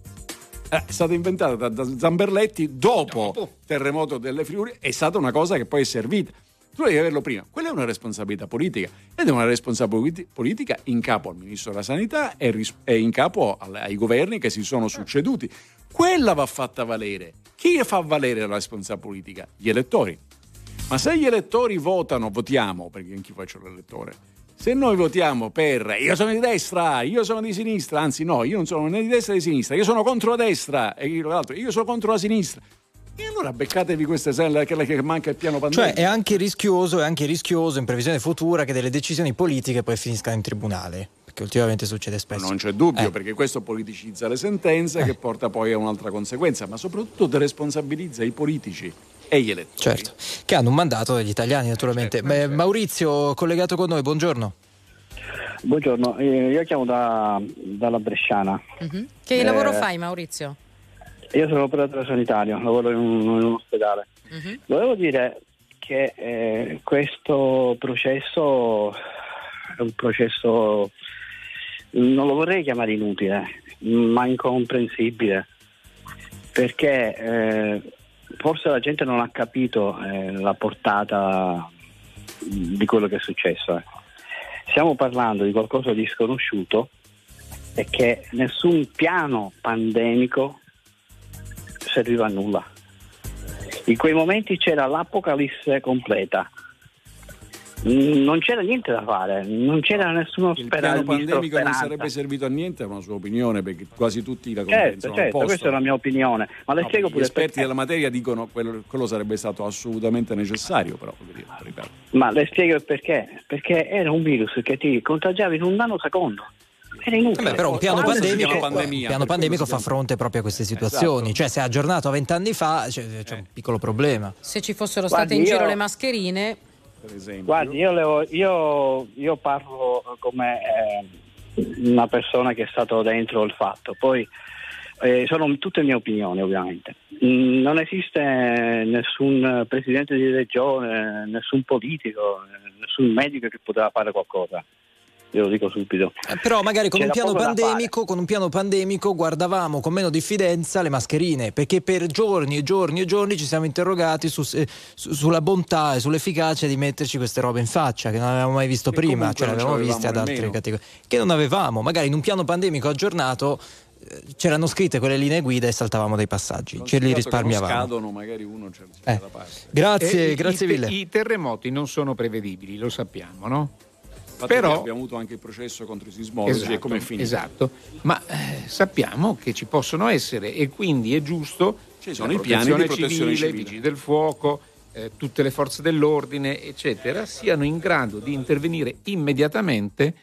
È stata inventata da Zamberletti dopo il terremoto delle Friuli, è stata una cosa che poi è servita. tu devi averlo prima. Quella è una responsabilità politica ed è una responsabilità politica in capo al Ministro della Sanità e, ris- e in capo al- ai governi che si sono succeduti. Quella va fatta valere. Chi fa valere la responsabilità politica? Gli elettori. Ma se gli elettori votano, votiamo, perché anch'io faccio l'elettore, se noi votiamo per io sono di destra, io sono di sinistra, anzi no, io non sono né di destra né di sinistra, io sono contro la destra e l'altro, io sono contro la sinistra. E allora beccatevi queste selle che, che manca il piano pandemico. Cioè è anche rischioso, è anche rischioso in previsione futura che delle decisioni politiche poi finiscano in tribunale, perché ultimamente succede spesso. Non c'è dubbio, eh. perché questo politicizza le sentenze eh. che porta poi a un'altra conseguenza, ma soprattutto deresponsabilizza i politici e gli elettori. Certo, che hanno un mandato degli italiani naturalmente. Eh, certo, Beh, certo. Maurizio, collegato con noi, buongiorno. Buongiorno, eh, io chiamo da, dalla Bresciana. Mm-hmm. Che Eh, lavoro fai, Maurizio? Io sono operatore sanitario, lavoro in un, in un ospedale. Mm-hmm. Volevo dire che eh, questo processo è un processo, non lo vorrei chiamare inutile, ma incomprensibile, perché eh, forse la gente non ha capito eh, la portata di quello che è successo. Eh. Stiamo parlando di qualcosa di sconosciuto e che nessun piano pandemico serviva a nulla. In quei momenti c'era l'apocalisse completa. Non c'era niente da fare, non c'era nessuno Il speranza. piano pandemico non sarebbe servito a niente, è una sua opinione, perché quasi tutti la comprendono. Certo, certo, questa è la mia opinione. Ma le No, spiego gli pure esperti perché. della materia dicono che quello, quello sarebbe stato assolutamente necessario, però ripeto. Ma le spiego il perché. Perché era un virus che ti contagiava in un nanosecondo. Era inutile. Vabbè, però un piano Quando pandemico, si dice- un piano pandemico fa fronte proprio a queste situazioni. Esatto. Cioè, se è aggiornato a vent'anni fa, c'è, c'è un piccolo problema. Se ci fossero Guardi, state in giro io- le mascherine, per esempio. Guardi, io, le ho- io, io parlo come eh, una persona che è stato dentro il fatto. Poi eh, sono tutte mie opinioni, ovviamente. Mm, non esiste nessun presidente di regione, nessun politico, eh, nessun medico che poteva fare qualcosa. Io lo dico subito. Eh, Però magari con un C'era piano poco da pandemico, con un piano pandemico guardavamo con meno diffidenza le mascherine, perché per giorni e giorni e giorni ci siamo interrogati su, se- su- sulla bontà e sull'efficacia di metterci queste robe in faccia che non avevamo mai visto Che prima, comunque cioè le non avevamo ce viste ad l'avevamo altre nemmeno. categorie che non avevamo. Magari in un piano pandemico aggiornato eh, c'erano scritte quelle linee guida e saltavamo dei passaggi, ce li Considerato che non risparmiavamo. scadono, magari uno c'è Eh. da parte. Grazie, Eh, grazie i, mille. I terremoti non sono prevedibili, lo sappiamo, no? Infatti Però abbiamo avuto anche il processo contro i sismologi e come è finito. Esatto, ma eh, sappiamo che ci possono essere e quindi è giusto Ci sono la i piani di protezione protezione civile, i civile. vigili del fuoco, eh, tutte le forze dell'ordine, eccetera, siano in grado di intervenire immediatamente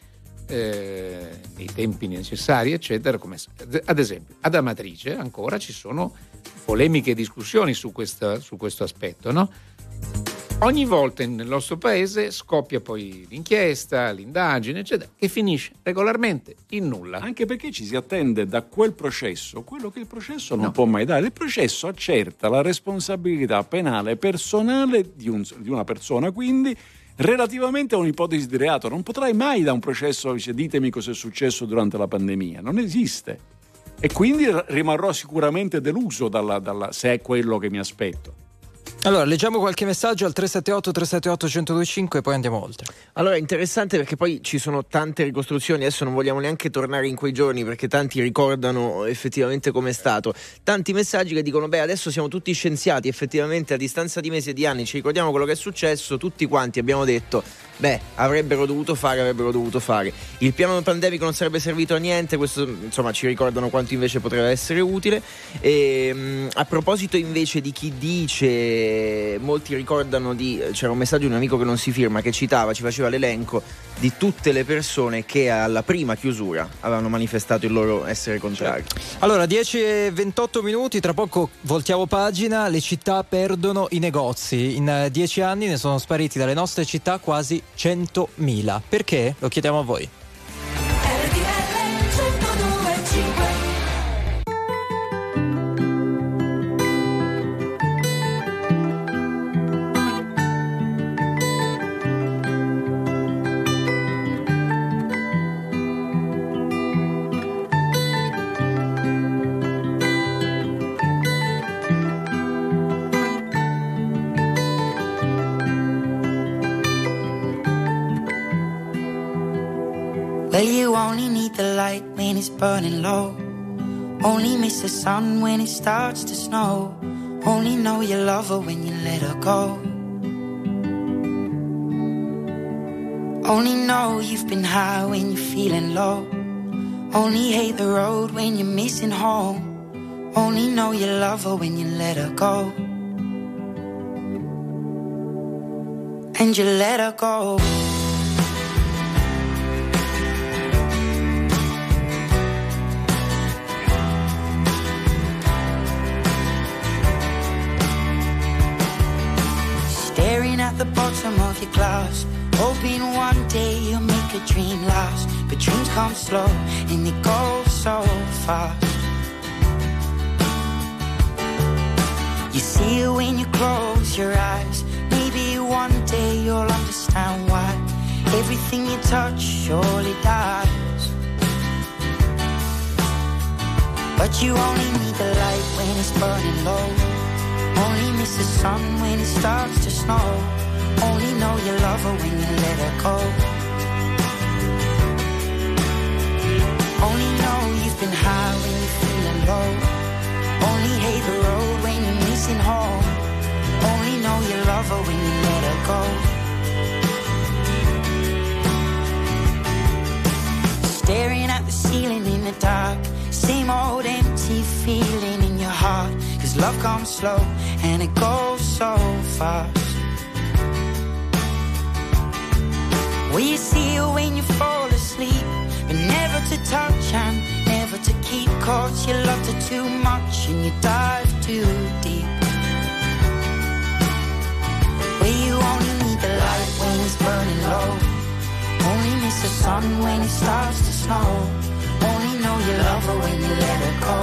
eh, nei tempi necessari, eccetera. Come, ad esempio, ad Amatrice ancora ci sono polemiche e discussioni su, questa, su questo aspetto, no? Ogni volta nel nostro paese scoppia poi l'inchiesta, l'indagine, eccetera, che finisce regolarmente in nulla. Anche perché ci si attende da quel processo quello che il processo non No. può mai dare. Il processo accerta la responsabilità penale personale di, un- di una persona, quindi relativamente a un'ipotesi di reato. Non potrai mai da un processo dice ditemi cosa è successo durante la pandemia. Non esiste. E quindi r- rimarrò sicuramente deluso dalla, dalla, se è quello che mi aspetto. Allora, leggiamo qualche messaggio al tre sette otto tre sette otto uno zero due cinque e poi andiamo oltre. Allora è interessante perché poi ci sono tante ricostruzioni, adesso non vogliamo neanche tornare in quei giorni perché tanti ricordano effettivamente com'è stato, tanti messaggi che dicono beh adesso siamo tutti scienziati, effettivamente a distanza di mesi e di anni ci ricordiamo quello che è successo, tutti quanti abbiamo detto beh avrebbero dovuto fare, avrebbero dovuto fare, il piano pandemico non sarebbe servito a niente, questo insomma ci ricordano quanto invece potrebbe essere utile. E, mh, a proposito invece di chi dice, molti ricordano di, c'era un messaggio di un amico che non si firma che citava, ci faceva l'elenco di tutte le persone che alla prima chiusura avevano manifestato il loro essere contrario. Allora, dieci e ventotto minuti, tra poco voltiamo pagina, le città perdono i negozi. In eh, dieci anni ne sono spariti dalle nostre città quasi centomila. Perché? Lo chiediamo a voi. Well, you only need the light when it's burning low. Only miss the sun when it starts to snow. Only know you love her when you let her go. Only know you've been high when you're feeling low. Only hate the road when you're missing home. Only know you love her when you let her go. And you let her go. Staring at the bottom of your glass, hoping one day you'll make a dream last. But dreams come slow and they go so fast. You see it when you close your eyes. Maybe one day you'll understand why everything you touch surely dies. But you only need the light when it's burning low. Only miss the sun when it starts to snow. Only know you love her when you let her go. Only know you've been high when you're feeling low. Only hate the road when you're missing home. Only know you love her when you let her go. Staring at the ceiling in the dark, same old empty feeling in your heart. Cause love comes slow and it goes so fast. Well, you see her when you fall asleep, but never to touch and never to keep. Cause you loved her too much and you dive too deep. Well, you only need the light when it's burning low. Only miss the sun when it starts to snow. Only know you love her when you let her go.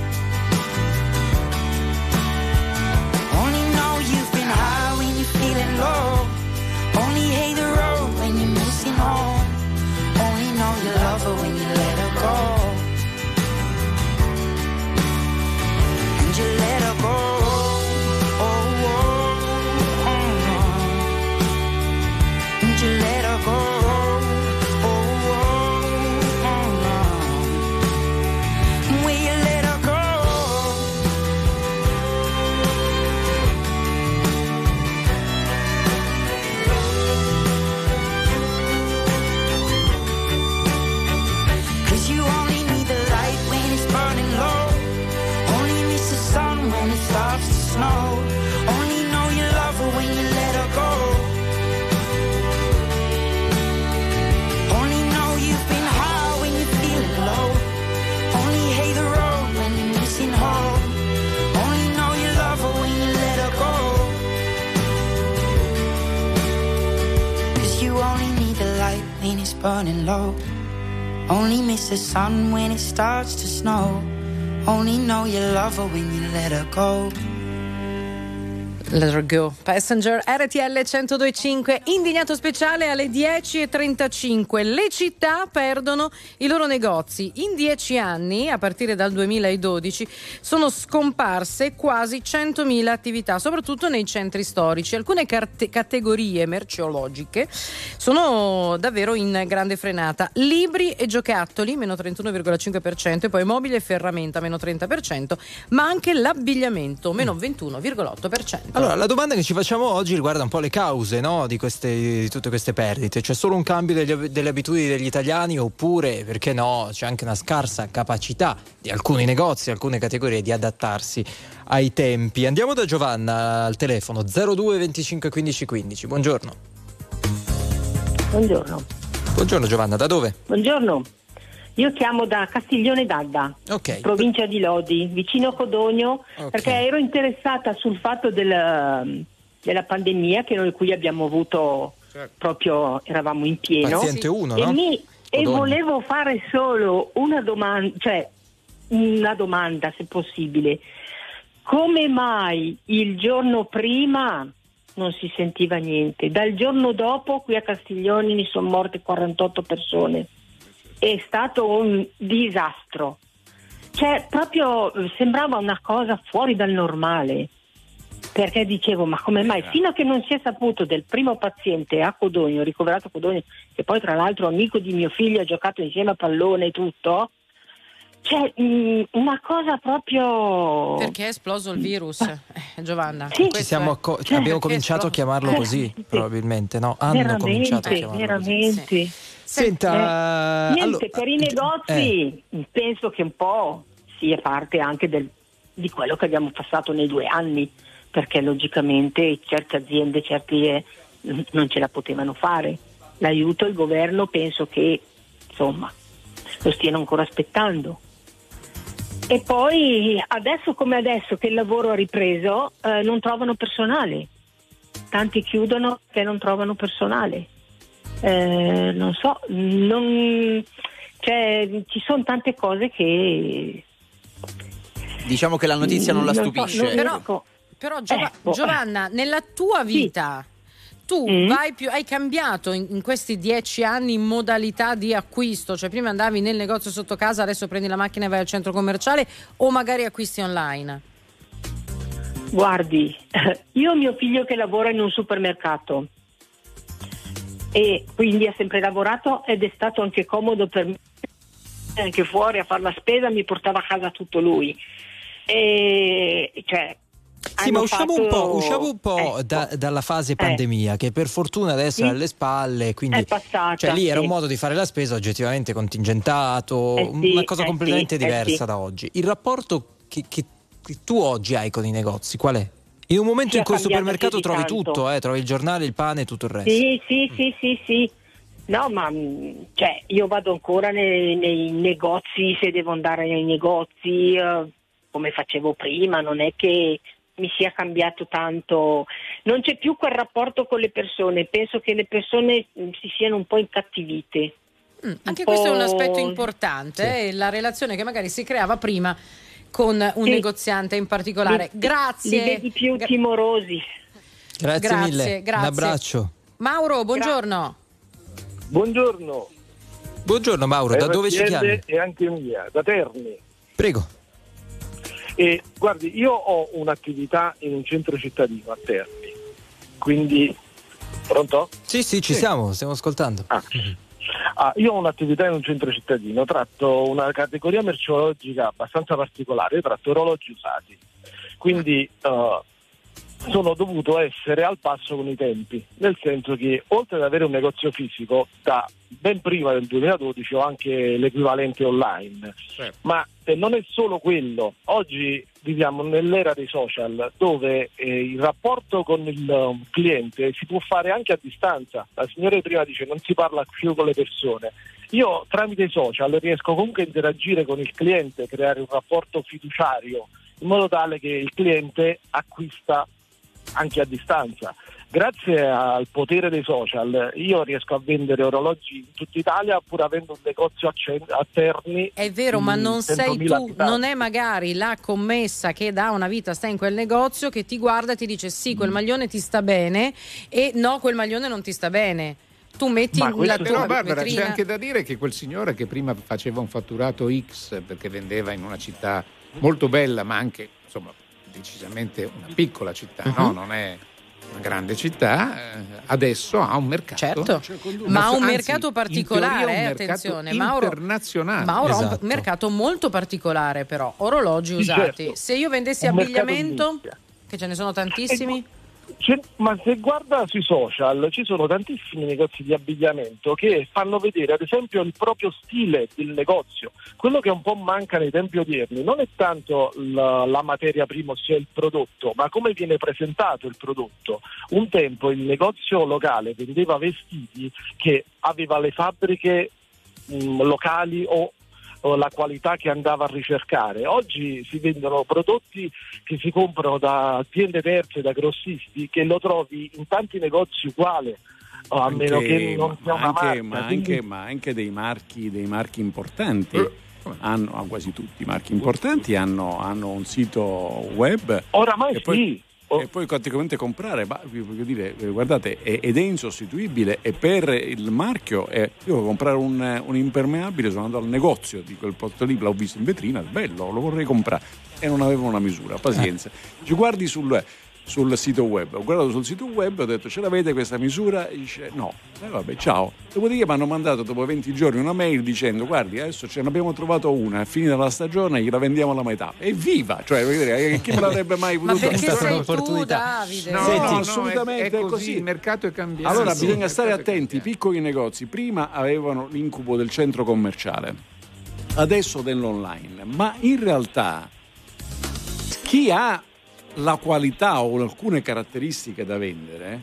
Only know you've been high when you're feeling low. Only hate the road when you're missing home. Only know you love her when you let her go. And you let her go. Oh, oh, oh, oh. And you let her go. Oh, oh, oh, oh. Will you let her go? You only need the light when it's burning low. Only miss the sun when it starts to snow. Only know you love her when you let her go. Only know you've been high when you're feeling low. Only hate the road when you're missing home. Only know you love her when you let her go. Cause you only need the light when it's burning low. Only miss the sun when it starts to snow. Only know you love her when you let her go. Let her go. Passenger, R T L centodue e cinque, indignato speciale alle dieci e trentacinque. Le città perdono i loro negozi. In dieci anni, a partire dal duemiladodici, sono scomparse quasi centomila attività, soprattutto nei centri storici. Alcune carte- categorie merceologiche sono davvero in grande frenata. Libri e giocattoli, meno trentuno virgola cinque per cento, e poi mobili e ferramenta, meno trenta per cento, ma anche l'abbigliamento, meno ventuno virgola otto per cento. Allora, la domanda che ci facciamo oggi riguarda un po' le cause, no, di, queste, di tutte queste perdite. C'è solo un cambio degli, delle abitudini degli italiani, oppure, perché no, c'è anche una scarsa capacità di alcuni negozi, alcune categorie di adattarsi ai tempi. Andiamo da Giovanna al telefono zero due venticinque quindici quindici. Buongiorno. Buongiorno. Buongiorno Giovanna, da dove? Buongiorno. Io chiamo da Castiglione d'Adda, okay. Provincia di Lodi, vicino Codogno, okay. Perché ero interessata sul fatto del, della pandemia che noi qui abbiamo avuto, certo. Proprio eravamo in pieno. Paziente uno, e, no? mi, e volevo fare solo una domanda, cioè una domanda se possibile. Come mai il giorno prima non si sentiva niente? Dal giorno dopo qui a Castiglione ne sono morte quarantotto persone. È stato un disastro, cioè proprio sembrava una cosa fuori dal normale, perché dicevo ma come mai fino a che non si è saputo del primo paziente a Codogno, ricoverato a Codogno, che poi tra l'altro amico di mio figlio, ha giocato insieme a pallone e tutto, cioè mh, una cosa proprio perché è esploso il virus, eh, Giovanna. Sì. Ci siamo acco- Cioè, abbiamo cominciato a chiamarlo così, sì. probabilmente, no? Hanno veramente, cominciato a chiamarlo veramente. così. Sì. Senta, eh, niente, allora, per i negozi eh. penso che un po' sia parte anche del, di quello che abbiamo passato nei due anni, perché logicamente certe aziende certi eh, non ce la potevano fare. L'aiuto il governo penso che insomma lo stiano ancora aspettando. E poi adesso come adesso che il lavoro ha ripreso eh, non trovano personale, tanti chiudono che non trovano personale, eh, non so, non, cioè, ci sono tante cose che diciamo che la notizia non la non so, stupisce. non Però, riesco. però Giova- Eh, boh. Giovanna, nella tua vita tu Mm. vai più, hai cambiato in, in questi dieci anni modalità di acquisto? Cioè prima andavi nel negozio sotto casa, adesso prendi la macchina e vai al centro commerciale, o magari acquisti online? Guardi, io ho mio figlio che lavora in un supermercato e quindi ha sempre lavorato ed è stato anche comodo per me, anche fuori a fare la spesa mi portava a casa tutto lui. E cioè Sì, ma hanno usciamo fatto- un po', usciamo un po' ecco. da- dalla fase Eh. pandemia, che per fortuna adesso è Sì. alle spalle, quindi È passata, cioè, lì era sì. un modo di fare la spesa oggettivamente contingentato, Eh sì, una cosa eh completamente sì, eh diversa sì. da oggi. Il rapporto che, che- che tu oggi hai con i negozi, qual è? In un momento Sì, in ha cui al cambiato supermercato più di trovi tanto. tutto, eh, trovi il giornale, il pane e tutto il resto. Sì, sì, sì, sì, sì. No, ma mh, cioè, io vado ancora nei, nei negozi se devo andare nei negozi eh, come facevo prima, non è che mi sia cambiato tanto, non c'è più quel rapporto con le persone, penso che le persone mh, si siano un po' incattivite. Mm, anche Un questo è un po'- aspetto importante, eh, la relazione che magari si creava prima con un Sì. negoziante in particolare. Li- Grazie. Li vedi più timorosi. Grazie, Grazie, mille, grazie. un abbraccio. Mauro, buongiorno. Buongiorno. Buongiorno Mauro, da dove ci R T L chiami? E anche mia, da Terni. Prego. E guardi, io ho un'attività in un centro cittadino a Terni, quindi pronto? Sì, sì, ci Sì. siamo, stiamo ascoltando. Ah. Ah, io ho un'attività in un centro cittadino, tratto una categoria merceologica abbastanza particolare, io tratto orologi usati, quindi eh, sono dovuto essere al passo con i tempi, nel senso che oltre ad avere un negozio fisico, da ben prima del duemiladodici ho anche l'equivalente online, ma eh, non è solo quello, oggi viviamo nell'era dei social dove eh, il rapporto con il um, cliente si può fare anche a distanza, la signora prima dice non si parla più con le persone, io tramite i social riesco comunque a interagire con il cliente, creare un rapporto fiduciario in modo tale che il cliente acquista anche a distanza. Grazie al potere dei social io riesco a vendere orologi in tutta Italia pur avendo un negozio a, Cen- a Terni. È vero, ma non sei centomila tu, abitanti. non è magari la commessa che da una vita sta in quel negozio che ti guarda e ti dice sì, quel maglione ti sta bene e no, quel maglione non ti sta bene. Tu metti Ma la questo- tua però Barbara, vetrina. c'è anche da dire che quel signore che prima faceva un fatturato X perché vendeva in una città molto bella ma anche insomma decisamente una piccola città, Mhm. no? Non è una grande città, eh, adesso ha un mercato, Certo, una- ma ha un anzi, mercato in particolare, teoria un eh, mercato attenzione, Mauro, internazionale. Mauro ha Esatto. un mercato molto particolare però, orologi Sì, usati. certo. Se io vendessi Un mercato abbigliamento, di nicchia. che ce ne sono tantissimi, C'è- ma se guarda sui social ci sono tantissimi negozi di abbigliamento che fanno vedere ad esempio il proprio stile del negozio. Quello che un po' manca nei tempi odierni non è tanto la, la materia prima, ossia il prodotto, ma come viene presentato il prodotto. Un tempo il negozio locale vendeva vestiti che aveva le fabbriche mh, locali o o la qualità che andava a ricercare. Oggi si vendono prodotti che si comprano da aziende terze, da grossisti, che lo trovi in tanti negozi uguali, a Anche- meno che non sia ma una anche, marca. ma, Quindi- anche, ma anche dei marchi, dei marchi importanti. Eh, Hanno, ah, quasi tutti i marchi importanti hanno, hanno un sito web Oramai e poi, sì. e poi praticamente comprare, ma vi voglio dire, eh, guardate, è- ed è insostituibile, e per il marchio è, io devo comprare un, un impermeabile, sono andato al negozio di quel posto lì, l'ho visto in vetrina, bello, lo vorrei comprare e non avevo una misura, pazienza. Ci guardi sul sul sito web. Ho guardato sul sito web, ho detto ce l'avete questa misura? E dice no. E eh, vabbè, ciao. Dopodiché mi hanno mandato dopo venti giorni una mail dicendo guardi, adesso ce ne abbiamo trovato una, è finita la stagione, gliela vendiamo alla metà. Evviva! Cioè, vedere, chi me l'avrebbe mai potuto? Ma perché sei tu, Davide? No, Senti, no, no, assolutamente è, è così, così. Il mercato è cambiato. Allora sì, bisogna stare attenti, i piccoli negozi prima avevano l'incubo del centro commerciale, adesso dell'online, ma in realtà chi ha la qualità o alcune caratteristiche da vendere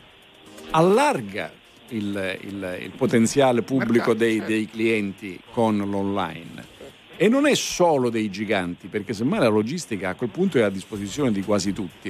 allarga il, il, il potenziale pubblico dei, dei clienti con l'online, e non è solo dei giganti, perché semmai la logistica a quel punto è a disposizione di quasi tutti.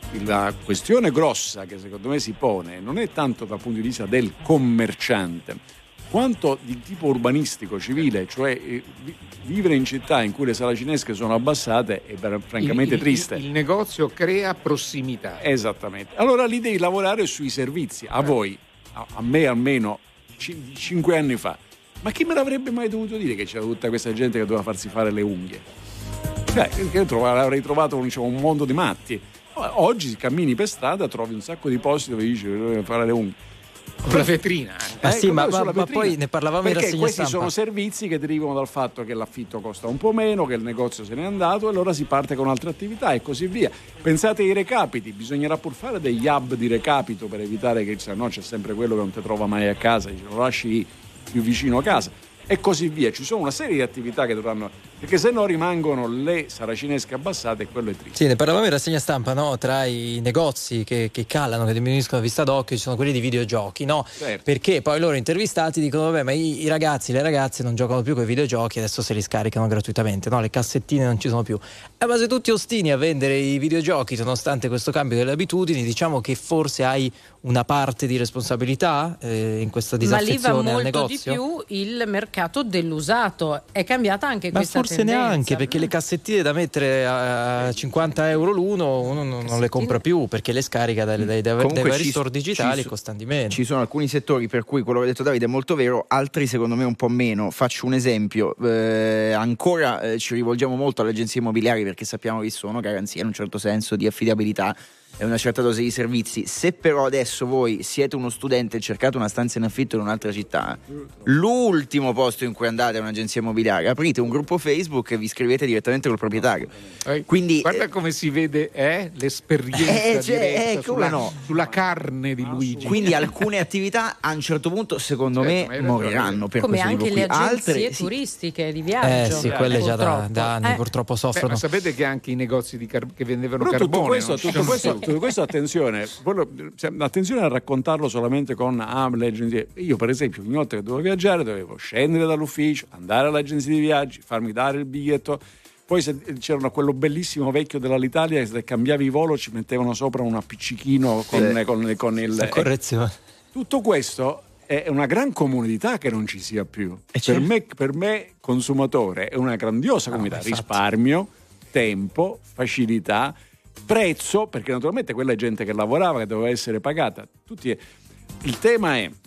La questione grossa che secondo me si pone non è tanto dal punto di vista del commerciante quanto di tipo urbanistico, civile, cioè eh, vivere in città in cui le saracinesche sono abbassate è per, francamente il, triste. Il, il negozio crea prossimità. Esattamente. Allora lì devi lavorare sui servizi. A voi, a, a me almeno c- cinque anni fa, ma chi me l'avrebbe mai dovuto dire che c'era tutta questa gente che doveva farsi fare le unghie? Cioè, io trovavo, avrei trovato diciamo, un mondo di matti. Oggi cammini per strada, trovi un sacco di posti dove dici che devi fare le unghie. Con la vetrina. Eh, sì, ecco, ma, ma, ma poi ne parlavamo in perché rassegna questi stampa. sono servizi che derivano dal fatto che l'affitto costa un po' meno, che il negozio se n'è andato, e allora si parte con altre attività e così via. Pensate ai recapiti, bisognerà pur fare degli hub di recapito per evitare che se no c'è sempre quello che non ti trova mai a casa, dice, lo lasci lì più vicino a casa e così via. Ci sono una serie di attività che dovranno, perché se no rimangono le saracinesche abbassate e quello è triste. Sì, ne parlavamo in rassegna stampa, no? Tra i negozi che, che calano, che diminuiscono a vista d'occhio, ci sono quelli di videogiochi, no? Certo. Perché poi loro intervistati dicono vabbè, ma i, i ragazzi, le ragazze non giocano più con i videogiochi, adesso se li scaricano gratuitamente, no? Le cassettine non ci sono più. Eh, ma se tutti ostini a vendere i videogiochi nonostante questo cambio delle abitudini, diciamo che forse hai una parte di responsabilità eh, in questa disaffezione al negozio. Ma lì va molto di più il mercato dell'usato, è cambiata anche ma questa forse tendenza. Neanche, perché le cassettine da mettere a cinquanta euro l'uno uno non, non le compra più, perché le scarica dai, dai, dai, dai vari ci, store digitali, ci, costano di meno. Ci sono alcuni settori per cui quello che ha detto Davide è molto vero, altri secondo me un po' meno. Faccio un esempio, eh, ancora eh, ci rivolgiamo molto alle agenzie immobiliari perché sappiamo che sono garanzia in un certo senso di affidabilità e una certa dose di servizi. Se però adesso voi siete uno studente e cercate una stanza in affitto in un'altra città, l'ultimo posto in cui andate è un'agenzia immobiliare, aprite un gruppo Facebook e vi iscrivete direttamente col proprietario. Quindi guarda eh, come si vede eh, l'esperienza eh, cioè, diretta eh, sulla, no. sulla carne di Luigi. Quindi alcune attività a un certo punto secondo certo, me moriranno per come questo anche le qui. agenzie Altre, turistiche sì. di viaggio. Eh sì, quelle già da, da anni eh. purtroppo soffrono. Beh, ma sapete che anche i negozi di car- che vendevano Però carbone tutto questo, no? tutto questo, tutto questo attenzione, quello, cioè, attenzione a raccontarlo solamente con ah, le agenzie. Io per esempio ogni volta che dovevo viaggiare dovevo scendere dall'ufficio, andare all'agenzia di viaggi, farmi dare il biglietto, poi se c'era quello bellissimo vecchio dell'Alitalia che se cambiavi i volo ci mettevano sopra un appiccichino con, sì. con, con, con il la correzione. Tutto questo è una gran comunità che non ci sia più. Per certo. me, per me consumatore è una grandiosa comunità, no, risparmio, tempo, facilità, prezzo, perché naturalmente quella è gente che lavorava, che doveva essere pagata. Tutti. Il tema è,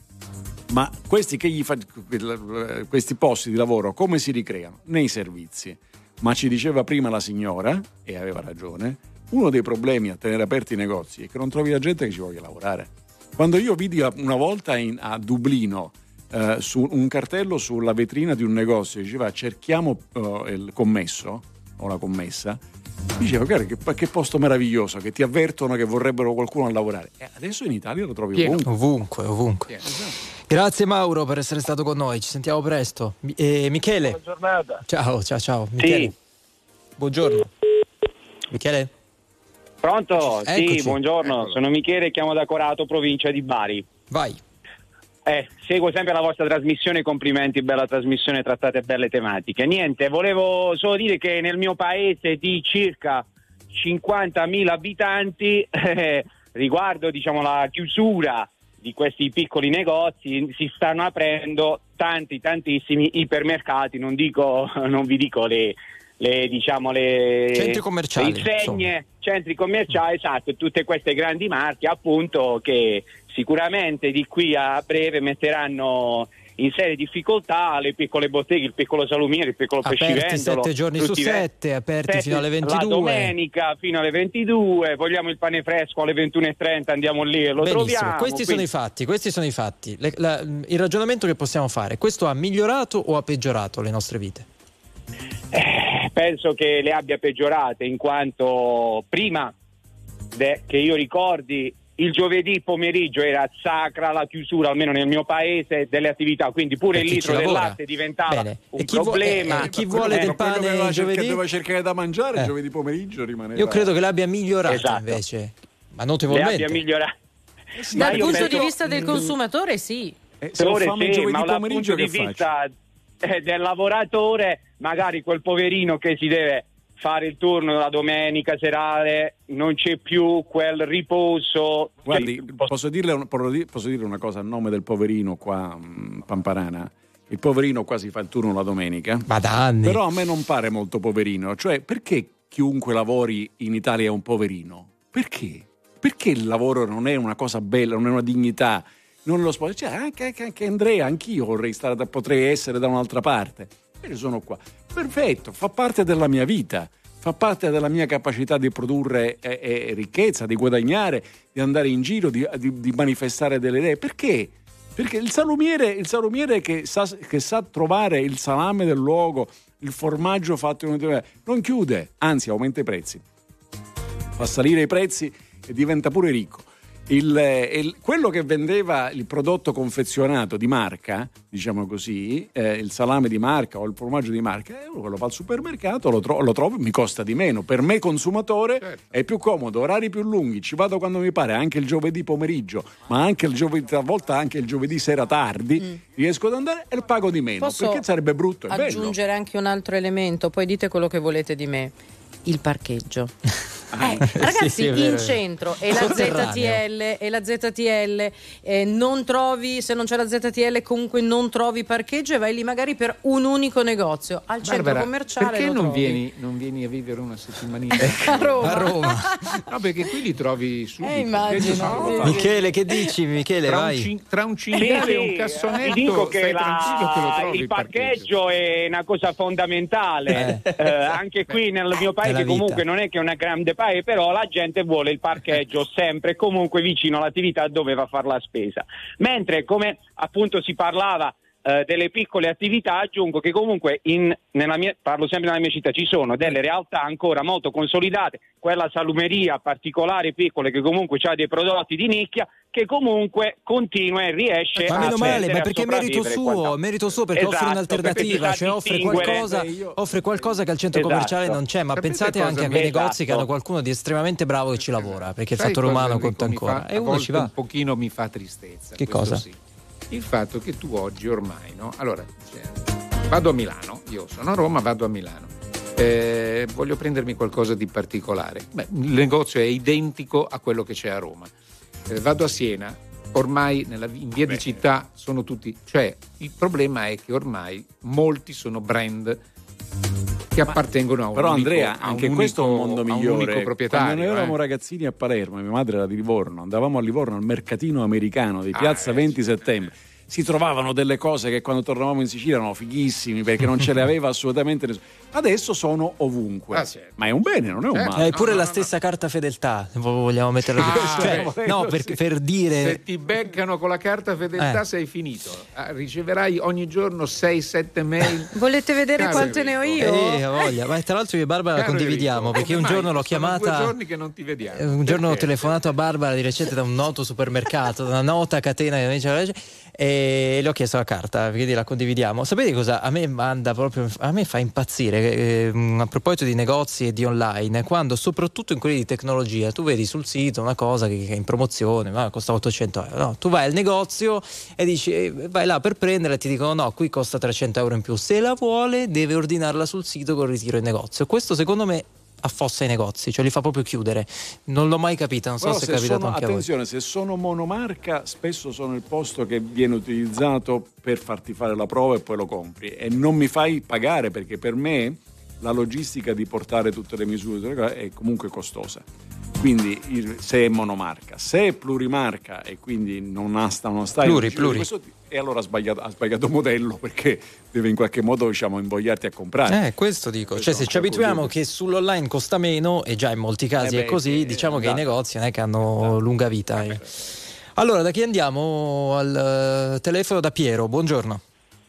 ma questi, che gli fa, questi posti di lavoro come si ricreano? Nei servizi. Ma ci diceva prima la signora, e aveva ragione, uno dei problemi a tenere aperti i negozi è che non trovi la gente che ci voglia lavorare. Quando io vidi una volta in, a Dublino eh, su un cartello sulla vetrina di un negozio diceva cerchiamo uh, il commesso o la commessa, dicevo guarda che, che posto meraviglioso, che ti avvertono che vorrebbero qualcuno a lavorare. E adesso in Italia lo trovi Pieno. ovunque. Ovunque, ovunque. Grazie Mauro per essere stato con noi, ci sentiamo presto. Eh, Michele. Buona giornata. Ciao, ciao, ciao. Michele. Sì. Buongiorno. Michele? Pronto? Eccoci. Sì, buongiorno. Eccolo. Sono Michele, chiamo da Corato, provincia di Bari. Vai. Eh, seguo sempre la vostra trasmissione, complimenti, bella trasmissione, trattate belle tematiche. Niente, volevo solo dire che nel mio paese di circa cinquantamila abitanti, eh, riguardo diciamo la chiusura di questi piccoli negozi, si stanno aprendo tanti, tantissimi ipermercati, non dico, non vi dico le, le diciamo le centri commerciali, le insegne, centri commerciali, esatto, tutte queste grandi marche appunto che sicuramente di qui a breve metteranno in serie difficoltà le piccole botteghe, il piccolo salumiere, il piccolo pescivendolo. Aperti sette giorni su sette, aperti sette, fino alle ventidue. La domenica fino alle ventidue, vogliamo il pane fresco alle ventuno e trenta, andiamo lì e lo Benissimo, troviamo. questi quindi... sono i fatti, questi sono i fatti. Le, la, il ragionamento che possiamo fare, questo ha migliorato o ha peggiorato le nostre vite? Eh, penso che le abbia peggiorate, in quanto prima de, che io ricordi il giovedì pomeriggio era sacra la chiusura, almeno nel mio paese, delle attività, quindi pure Per il chi litro ci del lavora. latte diventava Bene. un E chi vo- problema. eh, eh, chi vuole del pane quello che doveva giovedì? cercare, doveva cercare da mangiare Eh. il giovedì pomeriggio rimaneva. Io credo che l'abbia migliorato Esatto. invece, ma Le notevolmente. abbia migliorato. Dal io punto penso- di vista del consumatore, sì. Eh, se ho Ore fame il sì, giovedì ma dal pomeriggio punto di che vista eh, del lavoratore, magari quel poverino che si deve fare il turno la domenica serale, non c'è più quel riposo. Guardi, posso dirle, un- posso dire una cosa a nome del poverino qua, mh, Pamparana? Il poverino qua si fa il turno la domenica. Ma da anni. Però a me non pare molto poverino. Cioè, perché chiunque lavori in Italia è un poverino? Perché? Perché il lavoro non è una cosa bella, non è una dignità? Non lo sport. Cioè, anche, anche, anche Andrea, anch'io vorrei stare, da- potrei essere da un'altra parte. E sono qua. Perfetto, fa parte della mia vita. Fa parte della mia capacità di produrre eh, eh, ricchezza, di guadagnare, di andare in giro, di, di, di manifestare delle idee. Perché? Perché il salumiere, il salumiere che, sa, che sa trovare il salame del luogo, il formaggio fatto in un... non chiude, anzi aumenta i prezzi. Fa salire i prezzi e diventa pure ricco. Il, il, quello che vendeva il prodotto confezionato di marca, diciamo così, eh, il salame di marca o il formaggio di marca, eh, quello va al supermercato, lo, tro- lo trovo, mi costa di meno. Per me consumatore certo. È più comodo, orari più lunghi, ci vado quando mi pare, anche il giovedì pomeriggio, ma anche il giovedì, talvolta anche il giovedì sera tardi, mm. riesco ad andare e lo pago di meno. Posso perché sarebbe brutto, è aggiungere bello. anche un altro elemento, poi dite quello che volete di me. Il parcheggio. Ah, Eh, ragazzi, sì, sì, è vero. in centro e la Z T L e la Z T L eh, non trovi, se non c'è la Z T L comunque non trovi parcheggio e vai lì magari per un unico negozio al centro Barbara, commerciale. perché lo non trovi. vieni, non vieni a vivere una settimanina a Roma? A Roma. No, perché qui li trovi subito. Eh, immagino. Sono- Michele, che dici? Michele, tra, vai. un cin- tra un cinghiale Sì, e un sì, cassonetto ti dico che stai la- tranquillo che lo trovi il parcheggio è una cosa fondamentale. Eh. Eh, anche qui nel mio paese Nella vita. comunque non è che è una grande paese, però la gente vuole il parcheggio sempre e comunque vicino all'attività dove va a fare la spesa. Mentre come appunto si parlava eh, delle piccole attività, aggiungo che comunque in, nella mia, parlo sempre nella mia città, ci sono delle realtà ancora molto consolidate, quella salumeria particolare piccole che comunque ha dei prodotti di nicchia che comunque continua e riesce Ma a meno male, accedere, ma a perché è merito sopravvivere e suo, quant'altro. merito suo perché Esatto, offre perché un'alternativa, si sa cioè offre distinguere. qualcosa, offre qualcosa che al centro Esatto. commerciale non c'è, ma Sapete pensate cosa anche a mi- quei negozi Esatto. che hanno qualcuno di estremamente bravo che ci lavora, perché il Sai fattore cosa, umano Enrico, conta mi ancora. fa- E a uno volte ci va. un pochino mi fa tristezza. Che questo cosa? Sì. Il fatto che tu oggi ormai, no? Allora, cioè, vado a Milano, io sono a Roma, vado a Milano. Eh, voglio prendermi qualcosa di particolare. Beh, il negozio è identico a quello che c'è a Roma. Eh, vado a Siena, ormai nella, in via Beh. di città sono tutti, cioè il problema è che ormai molti sono brand che appartengono a un Però unico, Andrea, a un anche unico, questo è un mondo a un migliore. unico proprietario. Quando noi eravamo eh. ragazzini a Palermo, mia madre era di Livorno, andavamo a Livorno al mercatino americano di Piazza Ah, eh, venti sì, settembre. Si trovavano delle cose che quando tornavamo in Sicilia erano fighissimi perché non ce le aveva assolutamente nessuno. Adesso sono ovunque. Ah, certo. Ma è un bene, non è un Certo. male. È pure no, la no, stessa carta fedeltà, vogliamo metterla Ah, così. Cioè, beh, no, per, sì. per dire Se ti beccano con la carta fedeltà Eh. sei finito. Ah, riceverai ogni giorno sei sette mail. Volete vedere Caro quante ne ho Enrico. io? Eh, ha voglia. Ma tra l'altro io e Barbara la Caro condividiamo Enrico, perché come un mai? giorno l'ho Sono chiamata due giorni che non ti vediamo. Eh, Un giorno ho Perché? telefonato a Barbara di recente da un noto supermercato, da una nota catena che mi diceva, e le ho chiesto la carta, quindi la condividiamo. Sapete cosa? A me manda proprio, a me fa impazzire eh, a proposito di negozi e di online, quando soprattutto in quelli di tecnologia tu vedi sul sito una cosa che, che è in promozione, ma costa ottocento euro. No, tu vai al negozio e dici eh, vai là per prenderla e ti dicono no, qui costa trecento euro in più. Se la vuole deve ordinarla sul sito con ritiro in negozio. Questo secondo me affossa i negozi, cioè li fa proprio chiudere. Non l'ho mai capita, non so Però se è se capitato sono, anche a voi. attenzione, se sono monomarca spesso sono il posto che viene utilizzato per farti fare la prova e poi lo compri e non mi fai pagare perché per me la logistica di portare tutte le misure è comunque costosa. Quindi il, se è monomarca, se è plurimarca e quindi non ha sta, non sta pluri, in pluri. Questo, e allora ha sbagliato, ha sbagliato modello, perché deve in qualche modo, diciamo, invogliarti a comprare. Eh, questo dico, questo cioè se ci abituiamo che sull'online costa meno, e già in molti casi eh beh, è così, eh, diciamo eh, che i negozi non è che hanno eh, lunga vita. Eh. Allora, da chi andiamo? Al uh, telefono da Piero, buongiorno.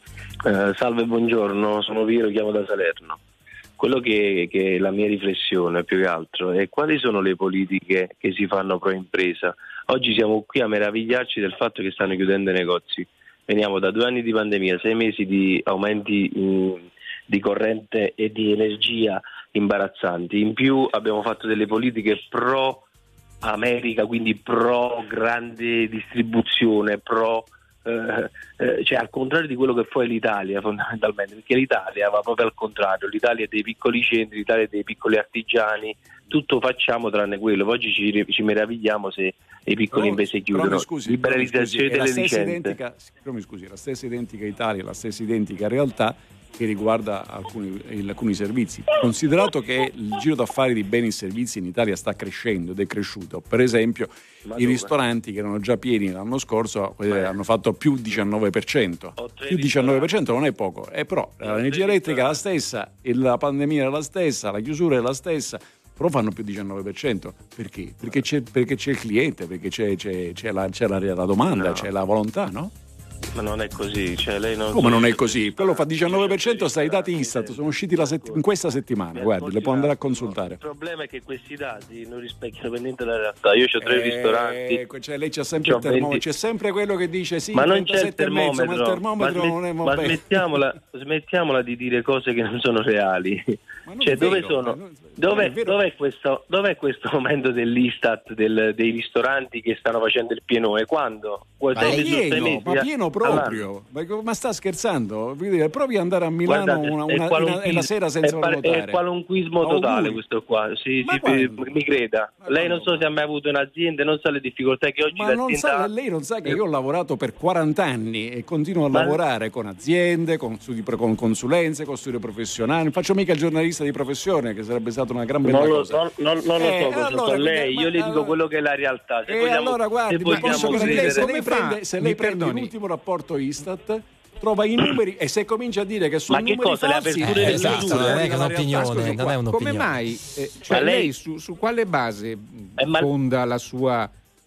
Uh, salve, buongiorno, sono Piero, chiamo da Salerno. Quello che, che è la mia riflessione più che altro è quali sono le politiche che si fanno pro impresa. Oggi siamo qui a meravigliarci del fatto che stanno chiudendo i negozi. Veniamo da due anni di pandemia, sei mesi di aumenti mh, di corrente e di energia imbarazzanti. In più abbiamo fatto delle politiche pro America, quindi pro grande distribuzione, pro eh, eh, cioè al contrario di quello che poi è l'Italia fondamentalmente, perché l'Italia va proprio al contrario, l'Italia è dei piccoli centri, l'Italia è dei piccoli artigiani, tutto facciamo tranne quello. Oggi ci, ci meravigliamo se le piccole imprese chiudono. Scusi, liberalizzazione scusi, delle licenze. Identica, però mi scusi, la stessa identica Italia, la stessa identica realtà che riguarda alcuni, alcuni servizi. Considerato che il giro d'affari di beni e servizi in Italia sta crescendo ed è cresciuto, per esempio Ma i dove? ristoranti che erano già pieni l'anno scorso eh, hanno fatto più diciannove per cento. Più diciannove per cento non è poco, eh, però l'energia elettrica è la stessa, e la pandemia è la stessa, la chiusura è la stessa, però fanno più diciannove per cento. Perché? Perché c'è, perché c'è il cliente, perché c'è, c'è, c'è, la, c'è la, la domanda, no. c'è la volontà, no? Ma non è così, cioè lei non... Come non è così? Quello fa diciannove per cento, sta i dati Istat, sono usciti la sett- in questa settimana, guardi, le può andare a consultare. Il problema è che questi dati non rispecchiano per niente la realtà. Io ho tre eh, ristoranti. Cioè lei c'ha sempre il termometro, venti... c'è sempre quello che dice sì, ma non c'è il termometro, termometro, ma il termometro ma, non è ma smettiamola, smettiamola di dire cose che non sono reali. Cioè dove vero, sono? non, dov'è, non è dov'è, questo, dov'è questo momento dell'Istat del, dei ristoranti che stanno facendo il pienone? Quando? Ma pieno, ma pieno proprio. Ma, ma sta scherzando? Provi ad andare a Milano Guardate, una, una, una, una sera senza è par- valutare. È qualunquismo totale Auguri. questo qua. Sì, sì, per, mi creda. Ma lei non so se ha mai avuto un'azienda, non sa le difficoltà che oggi ma l'azienda non sa, lei non sa che io ho lavorato per quaranta anni e continuo a ma... lavorare con aziende, con, con consulenze, con studi professionali. Non faccio mica il giornalista di professione, che sarebbe stata una gran bella non lo, cosa. Non, non, non eh, lo so, allora, so lei, ma, io le dico allora, quello che è la realtà. Se e vogliamo, allora guardi, se ma posso credere, se lei prende, se lei prende l'ultimo rapporto Istat, trova i numeri e se comincia a dire che sono ma che numeri cosa, falsi, le aperture eh, delle esatto, chiusure, non è che un'opinione, non è un'opinione. Come mai? Eh, cioè lei, lei su, su quale base eh, ma... fonda la sua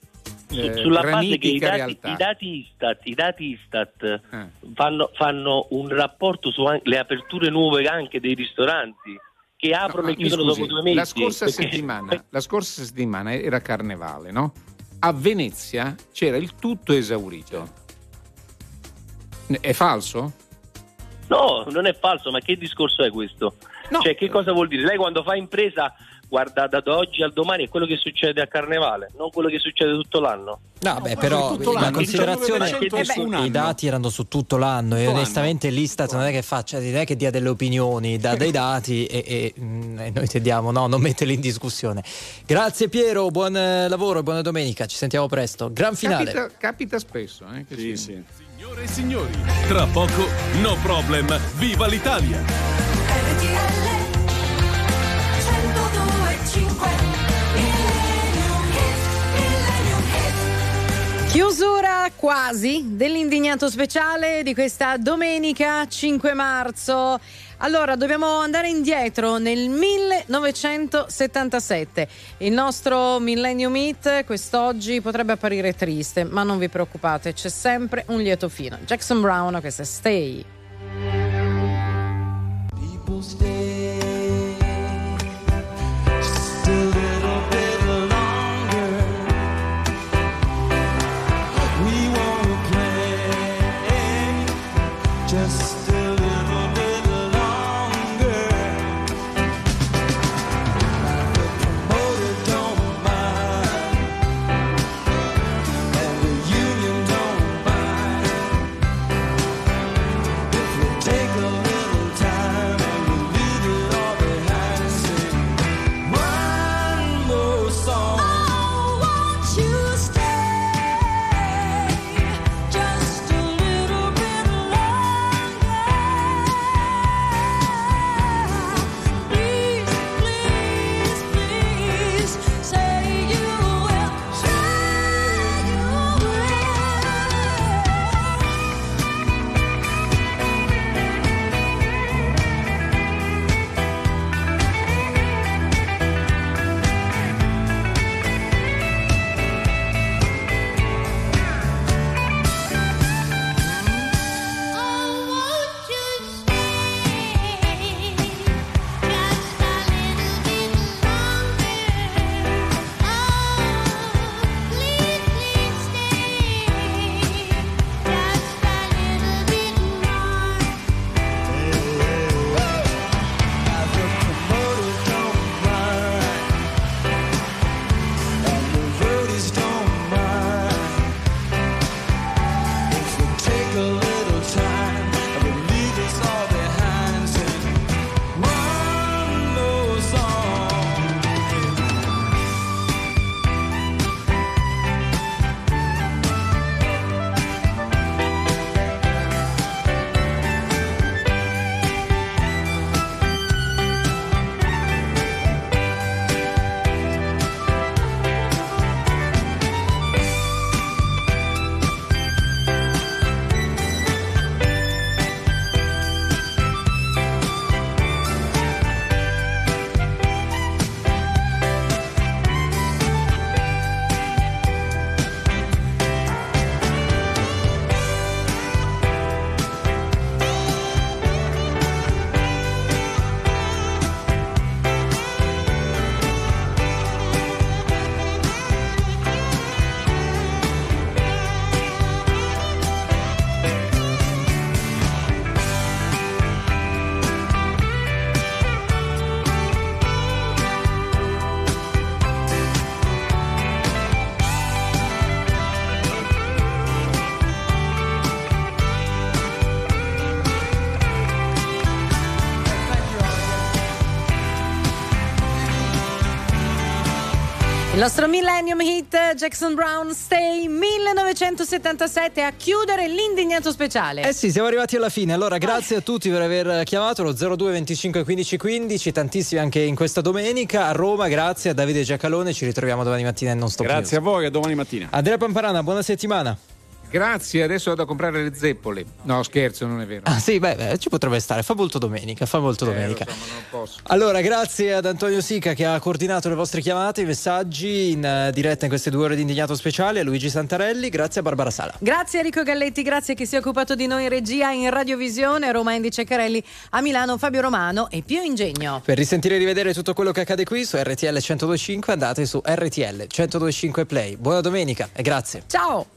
eh, sulla base che i dati, realtà? i dati Istat, i dati Istat eh. fanno, fanno un rapporto sulle aperture nuove anche dei ristoranti che aprono no, e chiudono scusi, dopo due mesi. La scorsa, perché... settimana, la scorsa settimana era carnevale, no? A Venezia c'era il tutto esaurito. È falso? No, non è falso, ma che discorso è questo? No. Cioè, che cosa vuol dire? Lei quando fa impresa guarda da oggi al domani è quello che succede a carnevale, non quello che succede tutto l'anno. No, beh, però la considerazione è che i dati erano su tutto l'anno e onestamente l'Istat non è che faccia, non è che dia delle opinioni, dà dei dati e, e, e noi chiediamo no, non metterli in discussione. Grazie Piero, buon lavoro e buona domenica, ci sentiamo presto. Gran finale. Capita, capita spesso, eh, che sì, sì. Signore e signori, tra poco No Problem, viva l'Italia! Chiusura quasi dell'indignato speciale di questa domenica cinque marzo. Allora, dobbiamo andare indietro nel millenovecentosettantasette. Il nostro Millennium Hit quest'oggi potrebbe apparire triste, ma non vi preoccupate, c'è sempre un lieto fine. Jackson Browne, questa è Stay. People stay just a little bit longer. We wanna play just a little bit longer. The promoter don't mind, and the union don't mind. If we take a little time and we leave it all behind, sing one more song. Oh, won't you stay just a little bit longer? Il nostro Millennium Hit, Jackson Brown, Stay, millenovecentosettantasette, a chiudere l'indignato speciale. Eh sì, siamo arrivati alla fine. Allora, grazie a tutti per aver chiamato lo zero due venticinque quindici quindici, tantissimi anche in questa domenica. A Roma, grazie a Davide Giacalone, ci ritroviamo domani mattina in Non Stop News. Grazie a voi, a domani mattina. Andrea Pamparana, buona settimana. Grazie, adesso vado a comprare le zeppole. No, scherzo, non è vero. Ah sì, beh, beh ci potrebbe stare, fa molto domenica, fa molto Eh, domenica. lo so, ma non posso. Allora, grazie ad Antonio Sica che ha coordinato le vostre chiamate, i messaggi in uh, diretta in queste due ore di Indignato Speciale, a Luigi Santarelli, grazie a Barbara Sala. Grazie a Enrico Galletti, grazie a chi si è occupato di noi in regia, in radiovisione, a Roma Andy Ceccarelli, a Milano Fabio Romano e Pio Ingegno. Per risentire e rivedere tutto quello che accade qui su R T L centodue e cinque andate su R T L centodue e cinque Play. Buona domenica e grazie. Ciao!